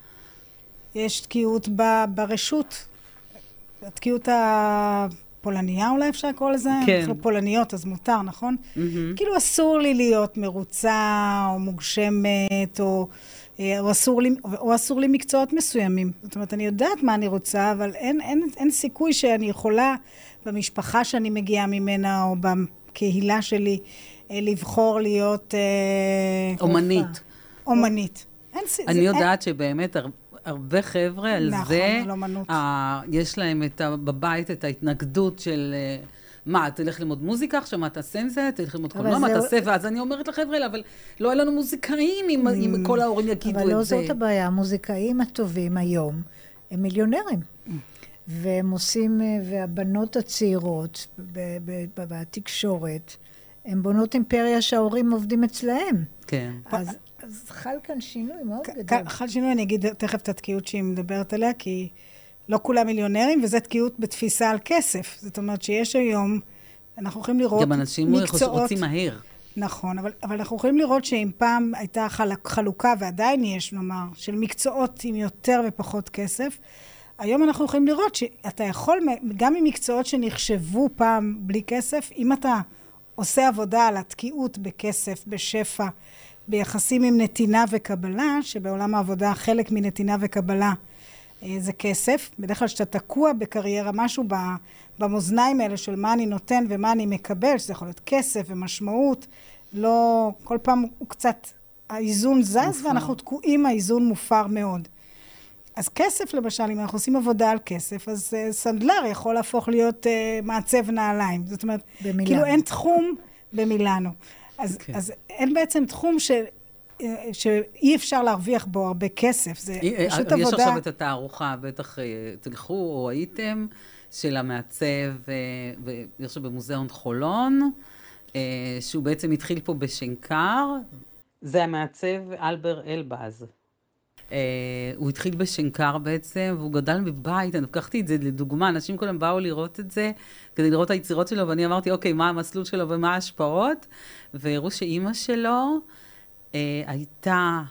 יש תקיעות ברשות. התקיעות הפולניה אולי אפשר לקרוא לזה? כן. אנחנו פולניות, אז מותר, נכון? כאילו אסור לי להיות מרוצה או מוגשמת או אסור לי מקצועות מסוימים. זאת אומרת, אני יודעת מה אני רוצה, אבל אין סיכוי שאני יכולה במשפחה שאני מגיעה ממנה או בקהילה שלי לבחור להיות אומנית. אומנית. אני יודעת שבאמת הרבה חבר'ה על זה, יש להם בבית את ההתנגדות של מה, תלך ללמוד מוזיקה עכשיו, מה תעשה עם זה? תלך ללמוד קולנוע, מה תעשה? ואז אני אומרת לחבר'ה, אבל לא היה לנו מוזיקאים אם כל ההורים יגידו את זה. אבל לא זאת הבעיה, המוזיקאים הטובים היום הם מיליונרים. והם עושים, והבנות הצעירות בתקשורת, הן בונות אימפריה שההורים עובדים אצלהם. כן. אז חל כאן שינוי מאוד גדול. חל שינוי, אני אגיד תכף את התקיעות שהיא מדברת עליה, כי לא כולם מיליונרים, וזה תקיעות בתפיסה על כסף. זאת אומרת שיש היום, אנחנו יכולים לראות גם אנשים רוצים מהר. נכון, אבל אנחנו יכולים לראות שאם פעם הייתה חלוקה, ועדיין יש, נאמר, של מקצועות עם יותר ופחות כסף, היום אנחנו יכולים לראות שאתה יכול, גם עם מקצועות שנחשבו פעם בלי כסף, אם אתה עושה עבודה על התקיעות בכסף, בשפע, ביחסים עם נתינה וקבלה, שבעולם העבודה חלק מנתינה וקבלה זה כסף. בדרך כלל שאתה תקוע בקריירה משהו במאזניים האלה של מה אני נותן ומה אני מקבל, שזה יכול להיות כסף ומשמעות, לא, כל פעם הוא קצת, האיזון זז ואנחנו תקועים, האיזון מופר מאוד. אז כסף למשל, אם אנחנו עושים עבודה על כסף, אז סנדלר יכול להפוך להיות מעצב נעליים. זאת אומרת, במילאנו. כאילו אין תחום במילאנו. אז אין בעצם תחום שאי אפשר להרוויח בו הרבה כסף. זה פשוט עבודה. יש עכשיו את התערוכה, בטח תלכו או הייתם, של המעצב, ויש לו במוזיאון חולון, שהוא בעצם התחיל פה בשנקר. זה המעצב אלבר אלבז. הוא התחיל בשנקר בעצם, והוא גדל בבית, אני לקחתי את זה לדוגמה, אנשים כולם באו לראות את זה, כדי לראות את היצירות שלו, ואני אמרתי, אוקיי, מה המסלול שלו ומה ההשפעות? והראו שאימא שלו הייתה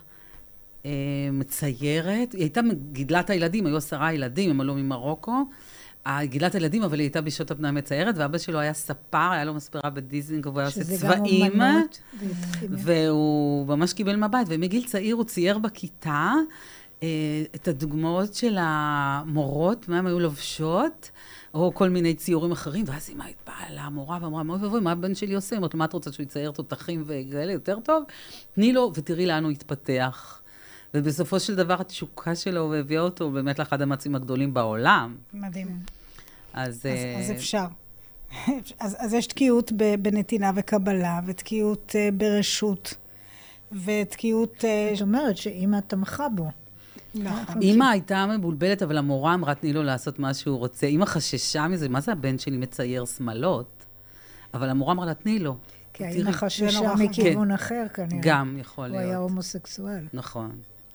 מציירת, היא הייתה גידלת הילדים, היו 10 ילדים, הם עלו ממרוקו, גידלת הילדים, אבל היא הייתה בשעות הפנאי מציירת, ואבא שלו היה ספר, היה לו מספרה בדיזנגוף, והוא היה עושה צבעים, והוא ממש קיבל מבט, ומגיל צעיר הוא צייר בכיתה את הדוגמאות של המורות, מה הם היו לובשות, או כל מיני ציורים אחרים, ואז אמא התבאה למורה ואמרה, מה הבן שלי עושה? אמרת, מה את רוצה שהוא יצייר תותחים וכאלה יותר טוב? תני לו ותראי לאן הוא התפתח. ובסופו של דבר התשוקה שלו הביאה אותו באמת לאחד המעצבים הגדולים בעולם. מדהים. אז אפשר. אז יש תקיעות בנתינה וקבלה, ותקיעות ברשות, ותקיעות... זאת אומרת שאמא תמכה בו. אמא הייתה מבולבלת, אבל המורה אמרה, תני לו לעשות מה שהוא רוצה. אמא חששה מזה, מה זה הבן שלי מצייר שמלות? אבל המורה אמרה לה, תני לו. כי האמא חששה מכיוון אחר כנראה. גם יכול להיות. הוא היה הומוסקסואל. נכון.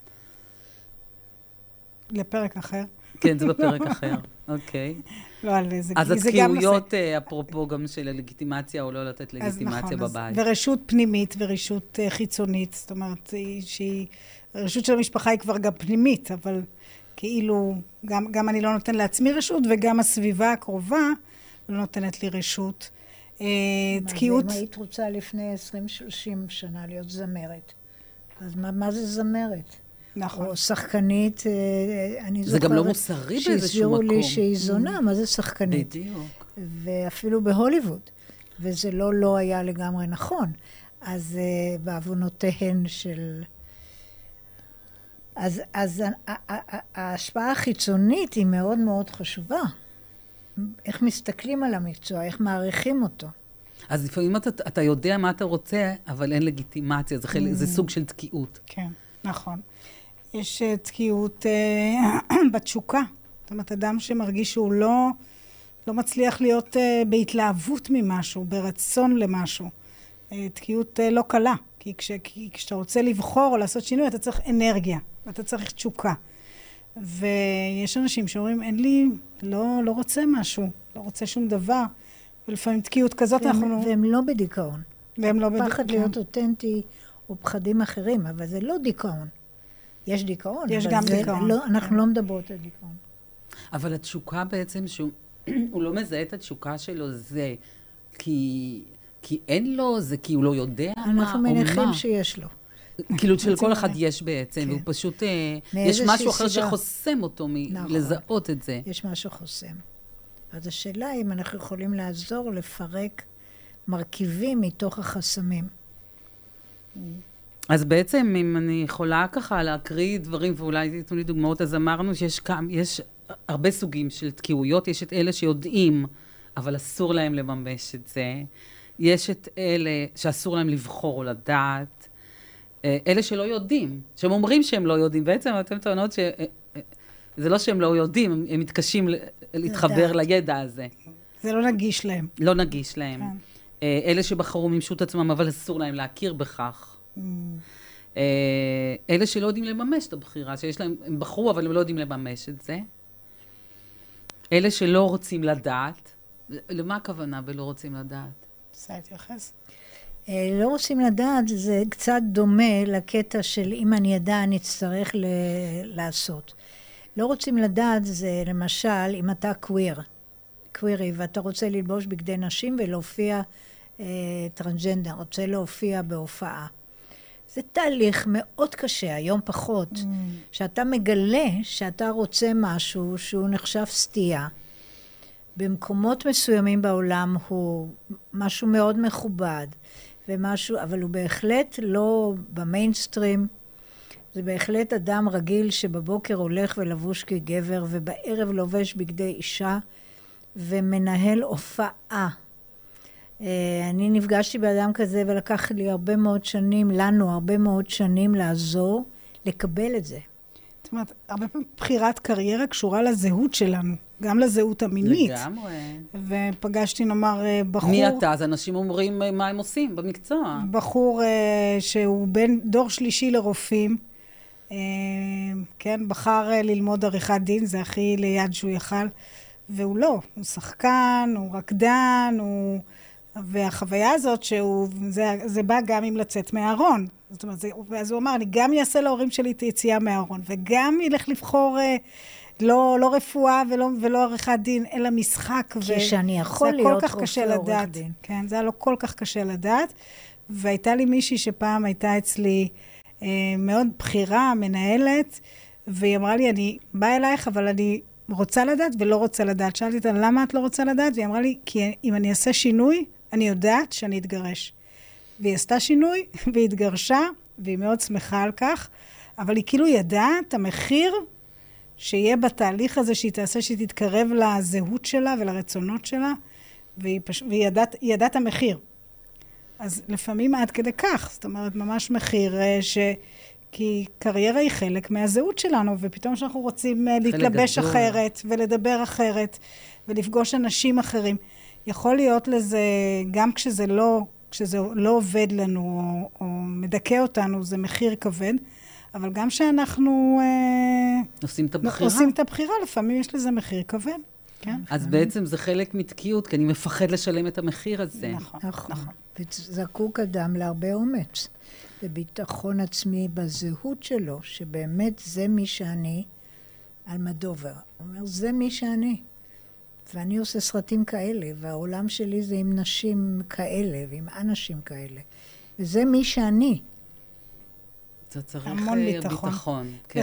לפרק אחר. כן, זה בפרק אחר. אוקיי. לא, זה אז התקיעויות, אפרופו גם של הלגיטימציה, או לא לתת לגיטימציה בבית. ורשות פנימית ורשות חיצונית, זאת אומרת, הרשות של המשפחה היא כבר גם פנימית, אבל כאילו, גם אני לא נותן לעצמי רשות, וגם הסביבה הקרובה לא נותנת לי רשות. תקיעות... אם היית רוצה לפני 20-30 שנה להיות זמרת, אז מה זה זמרת? נכון. או שחקנית, אני זוכרת... זה גם לא מוסרי באיזשהו מקום. שהסבירו לי שהיא זונה, מה זה שחקנית? בדיוק. ואפילו בהוליווד. וזה לא היה לגמרי נכון. אז בעוונותיהן של... אז ההשפעה החיצונית היא מאוד מאוד חשובה. איך מסתכלים על המקצוע, איך מעריכים אותו. אז לפעמים אתה יודע מה אתה רוצה, אבל אין לגיטימציה, זה סוג של תקיעות. כן, נכון. יש תקיעות בתשוקה. זאת אומרת, אדם שמרגיש שהוא לא מצליח להיות בהתלהבות ממשהו, ברצון למשהו. תקיעות לא קלה. כי כשאתה רוצה לבחור או לעשות שינוי, אתה צריך אנרגיה, ואתה צריך תשוקה. ויש אנשים שאומרים, אין לי, לא רוצה משהו, לא רוצה שום דבר. ולפעמים תקיעות כזאת אנחנו... והם לא בדיכאון. והם לא בדיכאון. פחד להיות אותנטי או פחדים אחרים, אבל זה לא דיכאון. יש דיכאון. יש גם דיכאון. אנחנו לא מדברות על דיכאון. אבל התשוקה בעצם, שהוא לא מזהה את התשוקה שלו, זה כי אין לו, זה כי הוא לא יודע מה, אנחנו מניחים שיש לו. כאילו של כל אחד יש בעצם, והוא פשוט, יש משהו אחר שחוסם אותו מלזהות את זה. יש משהו חוסם. אז השאלה היא אם אנחנו יכולים לעזור לפרק מרכיבים מתוך החסמים. אז בעצם, אם אני יכולה ככה להקריא דברים, ואולי תתנו לי דוגמאות, אז אמרנו שיש הרבה סוגים של תקיעויות, יש את אלה שיודעים, אבל אסור להם לממש את זה. יש את אלה שאסור להם לבחור או לדעת. אלה שלא יודעים, שהם אומרים שהם לא יודעים. בעצם אתם טוענות שזה לא שהם לא יודעים, הם מתקשים להתחבר לידע הזה. זה לא נגיש להם. לא נגיש להם. אלה שבחרו ממשות עצמם, אבל אסור להם להכיר בכך. אלה שלא יודעים לממש את הבחירה, שיש להם, הם בחרו, אבל הם לא יודעים לממש את זה. אלה שלא רוצים לדעת. למה הכוונה בלא רוצים לדעת? רוצה להתייחס? לא רוצים לדעת, זה קצת דומה לקטע של אם אני ידע, אני אצטרך לעשות. לא רוצים לדעת זה למשל, אם אתה קווירי, ואתה רוצה ללבוש בגדי נשים ולהופיע טרנסג'נדר, רוצה להופיע בהופעה. זה תהליך מאוד קשה, היום פחות, שאתה מגלה שאתה רוצה משהו שהוא נחשב סטייה. במקומות מסוימים בעולם הוא משהו מאוד מכובד, ומשהו, אבל הוא בהחלט לא במיינסטרים, זה בהחלט אדם רגיל שבבוקר הולך ולבוש כגבר, ובערב לובש בגדי אישה, ומנהל הופעה. אני נפגשתי באדם כזה, ולקח לי הרבה מאוד שנים, לנו הרבה מאוד שנים לעזור, לקבל את זה. זאת אומרת, הרבה פעמים בחירת קריירה קשורה לזהות שלנו, גם לזהות המינית. לגמרי. ופגשתי, נאמר, בחור... מי אתה? אז אנשים אומרים מה הם עושים במקצוע. בחור שהוא בן דור שלישי לרופאים, כן, בחר ללמוד עריכת דין, זה הכי ליד שהוא יכל, והוא לא, הוא שחקן, הוא רקדן, והחוויה הזאת זה בא גם עם לצאת מהארון. זאת אומרת, אז הוא אמר, אני גם אעשה להורים שלי את היציאה מהארון, וגם ילך לבחור לא רפואה ולא עריכת דין, אלא משחק. כשאני יכול להיות רופא עורך דין. כן, זה היה לו כל כך קשה לדעת. והייתה לי מישהי שפעם הייתה אצלי מאוד בחירה, מנהלת, והיא אמרה לי, אני באה אלייך, אבל אני רוצה לדעת ולא רוצה לדעת. שאלתי אותה, למה את לא רוצה לדעת? והיא אמרה לי, כי אם אני אעשה שינוי, אני יודעת שאני אתגרש. והיא עשתה שינוי, והיא התגרשה, והיא מאוד שמחה על כך, אבל היא כאילו ידעה את המחיר שיהיה בתהליך הזה שהיא תעשה, שהיא תתקרב לזהות שלה ולרצונות שלה, והיא ידעה את המחיר. אז לפעמים עד כדי כך, זאת אומרת, ממש מחיר כי קריירה היא חלק מהזהות שלנו, ופתאום שאנחנו רוצים להתלבש אחרת, ולדבר אחרת, ולפגוש אנשים אחרים. יכול להיות לזה, גם כשזה לא עובד לנו, או מדכא אותנו, זה מחיר כבד, אבל גם שאנחנו עושים את הבחירה, לפעמים יש לזה מחיר כבד. כן? אז בעצם זה חלק מתקיעות, כי אני מפחד לשלם את המחיר הזה. נכון. וזקוק אדם להרבה אומץ. וביטחון עצמי בזהות שלו, שבאמת זה מי שאני, אלמדובר. הוא אומר, זה מי שאני. ואני עושה סרטים כאלה, והעולם שלי זה עם נשים כאלה, ועם אנשים כאלה. וזה מי שאני. אתה צריך המון ביטחון. כן.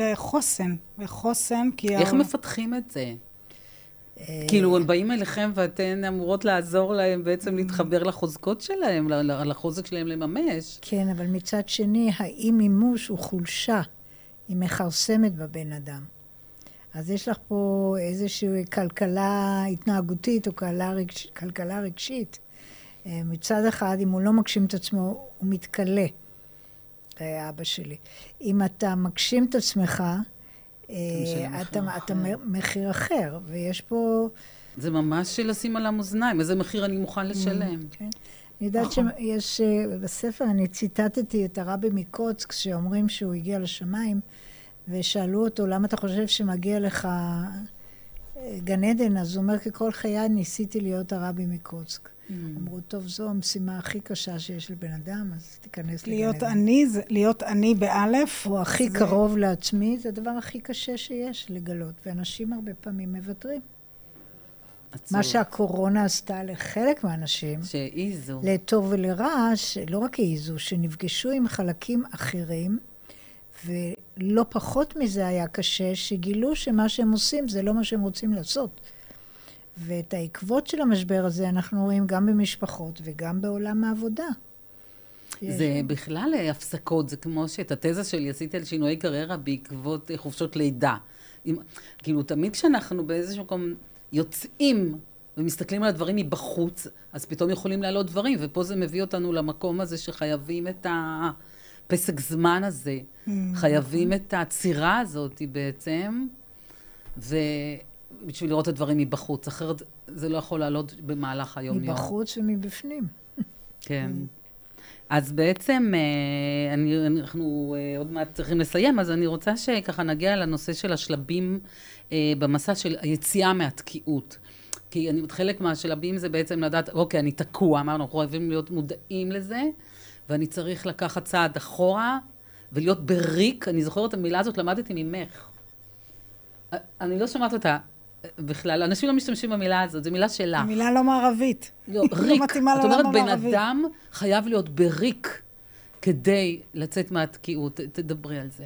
וחוסן, כי... איך מפתחים את זה? כאילו, הם באים אליכם ואתן אמורות לעזור להם בעצם להתחבר לחוזקות שלהם, לחוזק שלהם לממש. כן, אבל מצד שני, האי מימוש הוא חולשה. היא מכרסמת בבן אדם. אז יש לך פה איזושהי כלכלה התנהגותית או כלכלה רגשית. מצד אחד, אם הוא לא מגשים את עצמו, הוא מתקלה. אבא שלי. אם אתה מגשים את עצמך, אתה מחיר אחר, ויש פה... זה ממש לשים על המאזניים, איזה מחיר אני מוכן לשלם. כן. אני יודעת שיש, בספר אני ציטטתי את הרבי מקוצק, שאומרים שהוא הגיע לשמיים, ושאלו אותו, למה אתה חושב שמגיע לך גן עדן? אז הוא אומר, ככל חיי ניסיתי להיות הרבי מקוצק. אמרו, טוב, זו המשימה הכי קשה שיש לבן אדם, אז תיכנס לגן עדן. להיות אני באלף. או הכי קרוב לעצמי, זה הדבר הכי קשה שיש לגלות, ואנשים הרבה פעמים מוותרים. מה שהקורונה עשתה לחלק מהאנשים, שהעיזו. לטוב ולרע, לא רק העיזו, שנפגשו עם חלקים אחרים, ולא פחות מזה היה קשה, שגילו שמה שהם עושים זה לא מה שהם רוצים לעשות. ואת העקבות של המשבר הזה אנחנו רואים גם במשפחות וגם בעולם העבודה. זה בכלל הפסקות, זה כמו שאת התזה שלי עשיתי על שינויי קריירה בעקבות חופשות לידה. כאילו תמיד כשאנחנו באיזשהו מקום יוצאים ומסתכלים על הדברים מבחוץ, אז פתאום יכולים לעלות דברים, ופה זה מביא אותנו למקום הזה שחייבים את הפסק זמן הזה, חייבים את העצירה הזאת בעצם, בשביל לראות את הדברים מבחוץ, אחרת זה לא יכול לעלות במהלך היום יום. מבחוץ ומבפנים. כן. אז בעצם אנחנו עוד מעט צריכים לסיים, אז אני רוצה שככה נגיע לנושא של השלבים במסע של היציאה מהתקיעות. כי חלק מהשלבים זה בעצם לדעת, אוקיי, אני תקוע, אמרנו, אנחנו חייבים להיות מודעים לזה, ואני צריך לקחת צעד אחורה ולהיות בריק. אני זוכרת את המילה הזאת, למדתי ממך. אני לא שמעת אותה בכלל, אנשים לא משתמשים במילה הזאת, זו מילה שלה. מילה לא מערבית. לא, ריק. זאת אומרת, בן אדם חייב להיות בריק כדי לצאת מהתקיעות. תדברי על זה.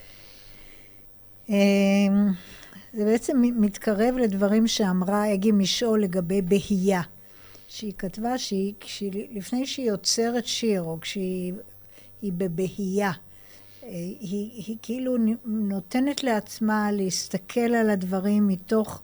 זה בעצם מתקרב לדברים שאמרה אגי משעול לגבי בהייה. שהיא כתבה לפני שהיא יוצרת שיר, או כשהיא בבהייה, היא כאילו נותנת לעצמה להסתכל על הדברים מתוך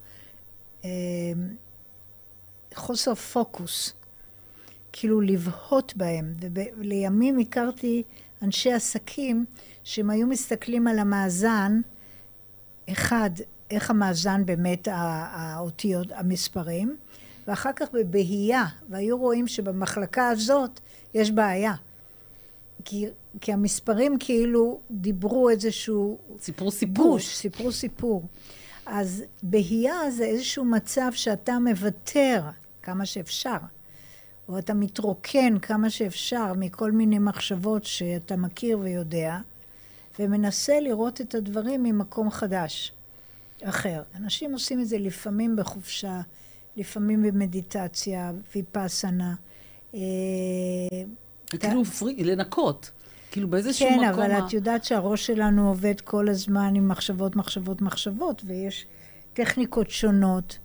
חוסר פוקוס, כאילו לבהות בהם. ולימים הכרתי אנשי עסקים שהם היו מסתכלים על המאזן, אחד, איך המאזן באמת האותיות, המספרים, ואחר כך בבהייה, והיו רואים שבמחלקה הזאת יש בעיה. כי המספרים כאילו דיברו איזשהו... סיפרו סיפור. אז בהייה זה איזשהו מצב שאתה מוותר כמה שאפשר, או אתה מתרוקן כמה שאפשר מכל מיני מחשבות שאתה מכיר ויודע, ומנסה לראות את הדברים ממקום חדש, אחר. אנשים עושים את זה לפעמים בחופשה, לפעמים במדיטציה, ויפאסנה. כאילו לנקות, כאילו באיזשהו כן, מקום... כן, אבל את יודעת שהראש שלנו עובד כל הזמן עם מחשבות, ויש טכניקות שונות.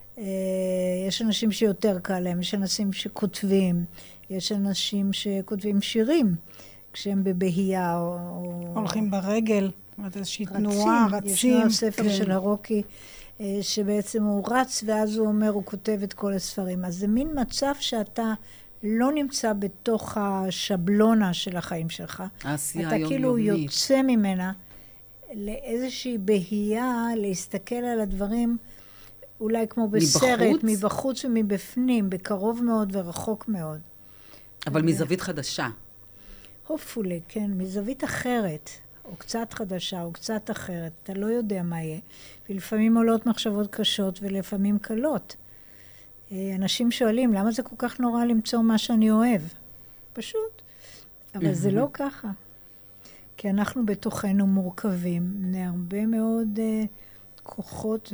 יש אנשים שיותר קל להם, יש אנשים שכותבים, יש אנשים שכותבים שירים, כשהם בבהייה או... הולכים ברגל, איזושהי תנועה, רצים. יש ספר של הרוקי, שבעצם הוא רץ, ואז הוא אומר, הוא כותב את כל הספרים. אז זה מין מצב שאתה לא נמצא בתוך השבלונה של החיים שלך. העשייה אתה כאילו יוצא ממנה לאיזושהי בהייה, להסתכל על הדברים, אולי כמו בסרט, מבחוץ ומבפנים, בקרוב מאוד ורחוק מאוד. אבל מזווית חדשה. הופולי, כן, מזווית אחרת, או קצת חדשה, או קצת אחרת. אתה לא יודע מה יהיה. ולפעמים עולות מחשבות קשות, ולפעמים קלות. אנשים שואלים, למה זה כל כך נורא למצוא מה שאני אוהב? פשוט. אבל זה לא ככה. כי אנחנו בתוכנו מורכבים, מהרבה מאוד כוחות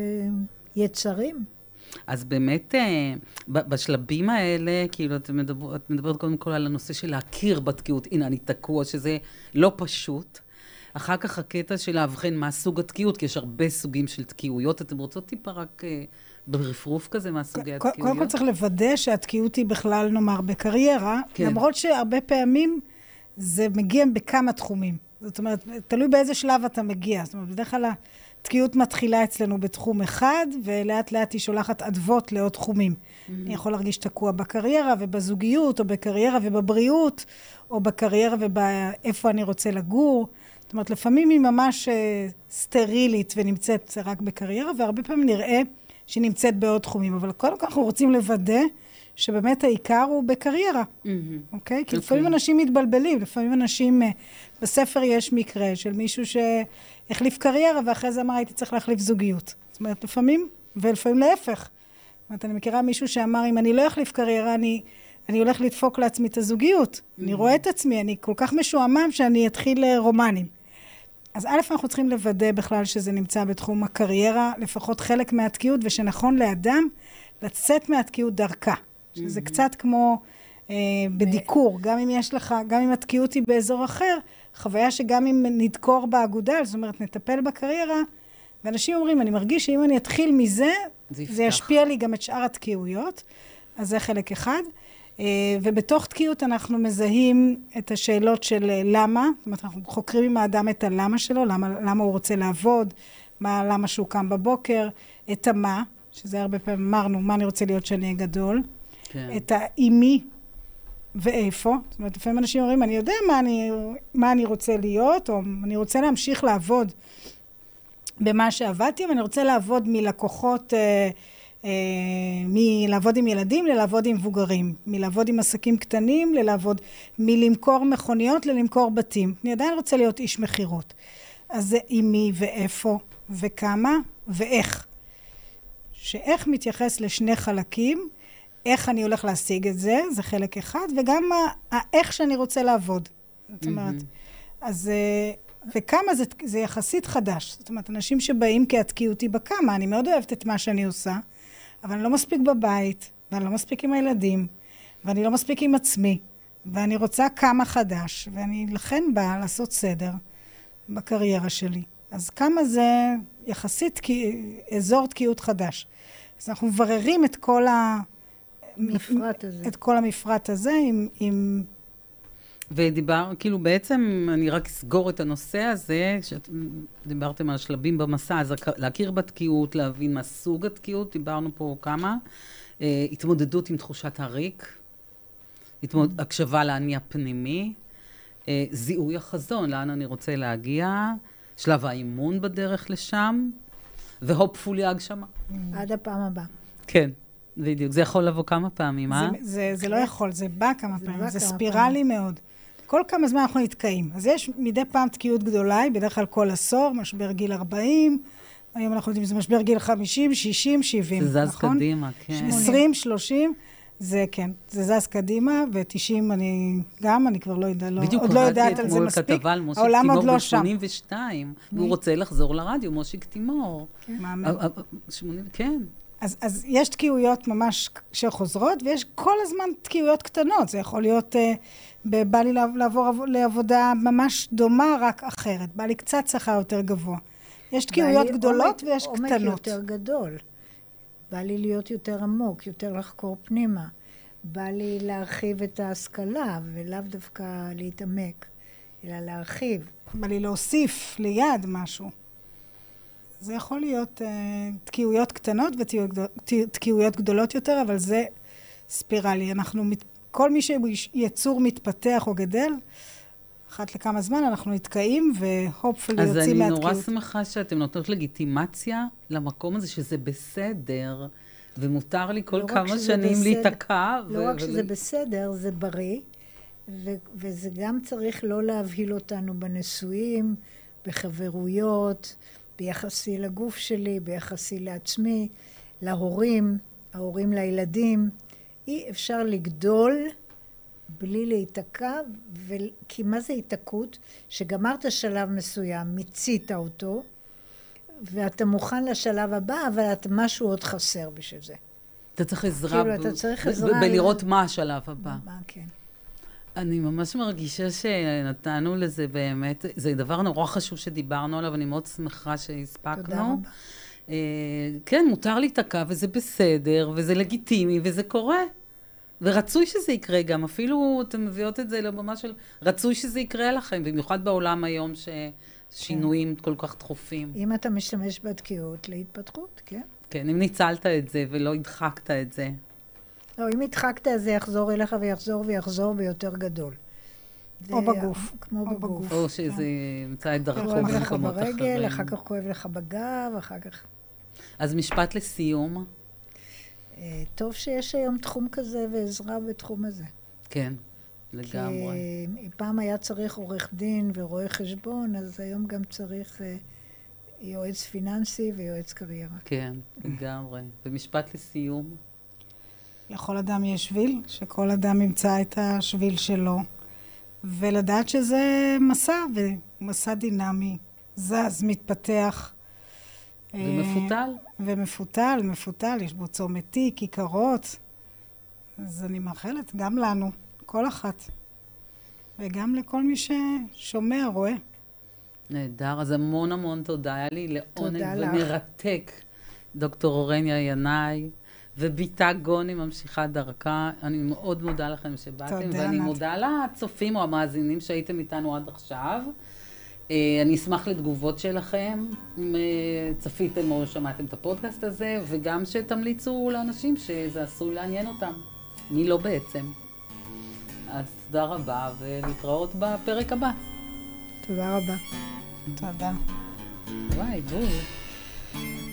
ויצרים. אז באמת, בשלבים האלה, כאילו, את מדברת קודם כל על הנושא של להכיר בתקיעות. הנה, אני תקוע, שזה לא פשוט. אחר כך הקטע של להבחן מה סוג התקיעות, כי יש הרבה סוגים של תקיעויות. אתם רוצות טיפה רק ברפרוף כזה מהסוגי התקיעויות? קודם כל צריך לוודא שהתקיעות היא בכלל, נאמר, בקריירה, למרות שהרבה פעמים זה מגיע בכמה תחומים. זאת אומרת, תלוי באיזה שלב אתה מגיע. זאת אומרת, בדרך כלל התקיעות מתחילה אצלנו בתחום אחד, ולאט לאט היא שולחת עדבות לעוד תחומים. אני יכול להרגיש תקוע בקריירה ובזוגיות, או בקריירה ובבריאות, או בקריירה ובאיפה אני רוצה לגור. זאת אומרת, לפעמים היא ממש סטרילית ונמצאת רק בקריירה, והרבה פעמים נראה שהיא נמצאת בעוד תחומים. אבל קודם כל אנחנו רוצים לוודא שבאמת העיקר הוא בקריירה. אוקיי? כי לפעמים אנשים מתבלבלים, לפעמים אנשים, בספר יש מקרה של מישהו שהחליף קריירה, ואחרי זה אמר, הייתי צריך להחליף זוגיות. זאת אומרת, לפעמים, ולפעמים להפך. זאת אומרת, אני מכירה מישהו שאמר, אם אני לא אחליף קריירה, אני הולך לדפוק לעצמי את הזוגיות. אני רואה את עצמי, אני כל כך משועמם שאני אתחיל רומנים. אז א', אנחנו צריכים לוודא בכלל שזה נמצא בתחום הקריירה, לפחות חלק מהתקיעות, ושנכון לאדם לצאת מהתקיעות דרכה. שזה קצת כמו בדיקור, גם אם יש לך, גם אם התקיעות היא באזור אחר, חוויה שגם אם נדקור באגודל, זאת אומרת, נטפל בקריירה, ואנשים אומרים, אני מרגיש שאם אני אתחיל מזה, זה ישפיע לי גם את שאר התקיעויות, אז זה חלק אחד. ובתוך תקיעות אנחנו מזהים את השאלות של למה, זאת אומרת, אנחנו חוקרים עם האדם את הלמה שלו, למה הוא רוצה לעבוד, למה שהוא קם בבוקר, את המה, שזה הרבה פעמים אמרנו, מה אני רוצה להיות שאני אהיה גדול, כן. את האימי ואיפה, זאת אומרת, לפעמים אנשים אומרים, אני יודע מה אני רוצה להיות, או אני רוצה להמשיך לעבוד במה שעבדתי, אבל אני רוצה לעבוד מלקוחות, מלעבוד עם ילדים ללעבוד עם מבוגרים, מלעבוד עם עסקים קטנים ללעבוד, מלמכור מכוניות ללמכור בתים. אני עדיין רוצה להיות איש מחירות. אז זה עם מי ואיפה וכמה ואיך. שאיך מתייחס לשני חלקים, איך אני הולך להשיג את זה, זה חלק אחד, וגם איך שאני רוצה לעבוד. זאת אומרת, אז וכמה זה יחסית חדש. זאת אומרת, אנשים שבאים כהתקיעותי בכמה, אני מאוד אוהבת את מה שאני עושה, אבל אני לא מספיק בבית, ואני לא מספיק עם הילדים, ואני לא מספיק עם עצמי, ואני רוצה כמה חדש, ואני לכן באה לעשות סדר בקריירה שלי. אז כמה זה יחסית אזור תקיעות חדש. אז אנחנו מבררים את כל המפרט הזה. את כל המפרט הזה עם כאילו בעצם אני רק אסגור את הנושא הזה, שדיברתם על שלבים במסע, אז להכיר בתקיעות, להבין מה סוג התקיעות, דיברנו פה כמה, התמודדות עם תחושת הריק, הקשבה לעני הפנימי, זיהוי החזון, לאן אני רוצה להגיע, שלב האימון בדרך לשם, והופפולי הגשמה. עד הפעם הבאה. כן, בדיוק. זה יכול לבוא כמה פעמים, אה? זה לא יכול, זה בא כמה פעמים, זה ספירלי מאוד. כל כמה זמן אנחנו נתקעים. אז יש מדי פעם תקיעות גדולה, בדרך כלל כל עשור, משבר גיל 40, היום אנחנו יודעים, זה משבר גיל 50, 60, 70, נכון? זה זז קדימה, כן. 20, 30, זה כן, זה זז קדימה, ו-90 אני כבר לא יודע, עוד לא יודעת על זה מספיק. כתבה על מושיק תימור ב-82, והוא רוצה לחזור לרדיו, מושיק תימור. כן. אז יש תקיעויות ממש שחוזרות, ויש כל הזמן תקיעויות קטנות. זה יכול להיות, בא לי לעבור לעבודה ממש דומה, רק אחרת. בא לי קצת שכר יותר גבוה. יש תקיעויות גדולות ויש קטנות. עומק יותר גדול. בא לי להיות יותר עמוק, יותר לחקור פנימה. בא לי להרחיב את ההשכלה, ולאו דווקא להתעמק, אלא להרחיב. בא לי להוסיף ליד משהו. זה יכול להיות תקיעויות קטנות ותקיעויות גדולות יותר, אבל זה ספירלי. כל מי שיצור מתפתח או גדל, אחת לכמה זמן אנחנו נתקעים, והופפלי יוצאים מהתקיעות. אז אני נורא שמחה שאתם נותנות לגיטימציה למקום הזה, שזה בסדר, ומותר לי כל כמה שנים להיתקע. לא רק שזה בסדר, זה בריא, וזה גם צריך לא להבהיל אותנו בנישואים, בחברויות, ביחסי לגוף שלי, ביחסי לעצמי, להורים, ההורים לילדים. אי אפשר לגדול בלי להיתקע, כי מה זה התעקות? שגמרת שלב מסוים, מיצית אותו, ואתה מוכן לשלב הבא, אבל משהו עוד חסר בשביל זה. אתה צריך עזרה, בלראות מה השלב הבא. מה, כן. אני ממש מרגישה שנתנו לזה באמת, זה דבר נורא חשוב שדיברנו עליו, אני מאוד שמחה שהספקנו. תודה רבה. כן, מותר להתעקע, וזה בסדר, וזה לגיטימי, וזה קורה. ורצוי שזה יקרה גם, אפילו אתם מביאות את זה לבמה של, רצוי שזה יקרה לכם, במיוחד בעולם היום ששינויים כל כך דחופים. אם אתה משתמש בתקיעות להתפתחות, כן? כן, אם ניצלת את זה ולא הדחקת את זה. לא, אם הדחקת, זה יחזור אליך ויחזור ביותר גדול. או בגוף. כמו בגוף. או שזה ימצא את דרכו במקומות אחרים. במקומות אחרים. ברגל, אחר כך כואב לך בגב, אחר כך... אז משפט לסיום. טוב שיש היום תחום כזה ועזרה בתחום הזה. כן, לגמרי. כי פעם היה צריך עורך דין ורואה חשבון, אז היום גם צריך יועץ פיננסי ויועץ קריירה. כן, לגמרי. ומשפט לסיום. לכל אדם יש שביל, שכל אדם ימצא את השביל שלו, ולדעת שזה מסע, ומסע דינמי, זז, מתפתח. ומפותל. מפותל, יש בו צומתי, כיכרות. אז אני מאחלת גם לנו, כל אחת, וגם לכל מי ששומע, רואה. נהדר, אז המון תודה, היה לי לעונג ומרתק, דוקטור אורניה ינאי, וביתה גוני ממשיכה דרכה. אני מאוד מודה לכם שבאתם, ואני מודה לצופים או המאזינים שהייתם איתנו עד עכשיו. אני אשמח לתגובות שלכם, אם צפיתם או שמעתם את הפודקאסט הזה, וגם שתמליצו לאנשים שזה עשוי לעניין אותם. מי לא בעצם. אז תודה רבה, ולהתראות בפרק הבא. תודה רבה. תודה. ביי, בואי.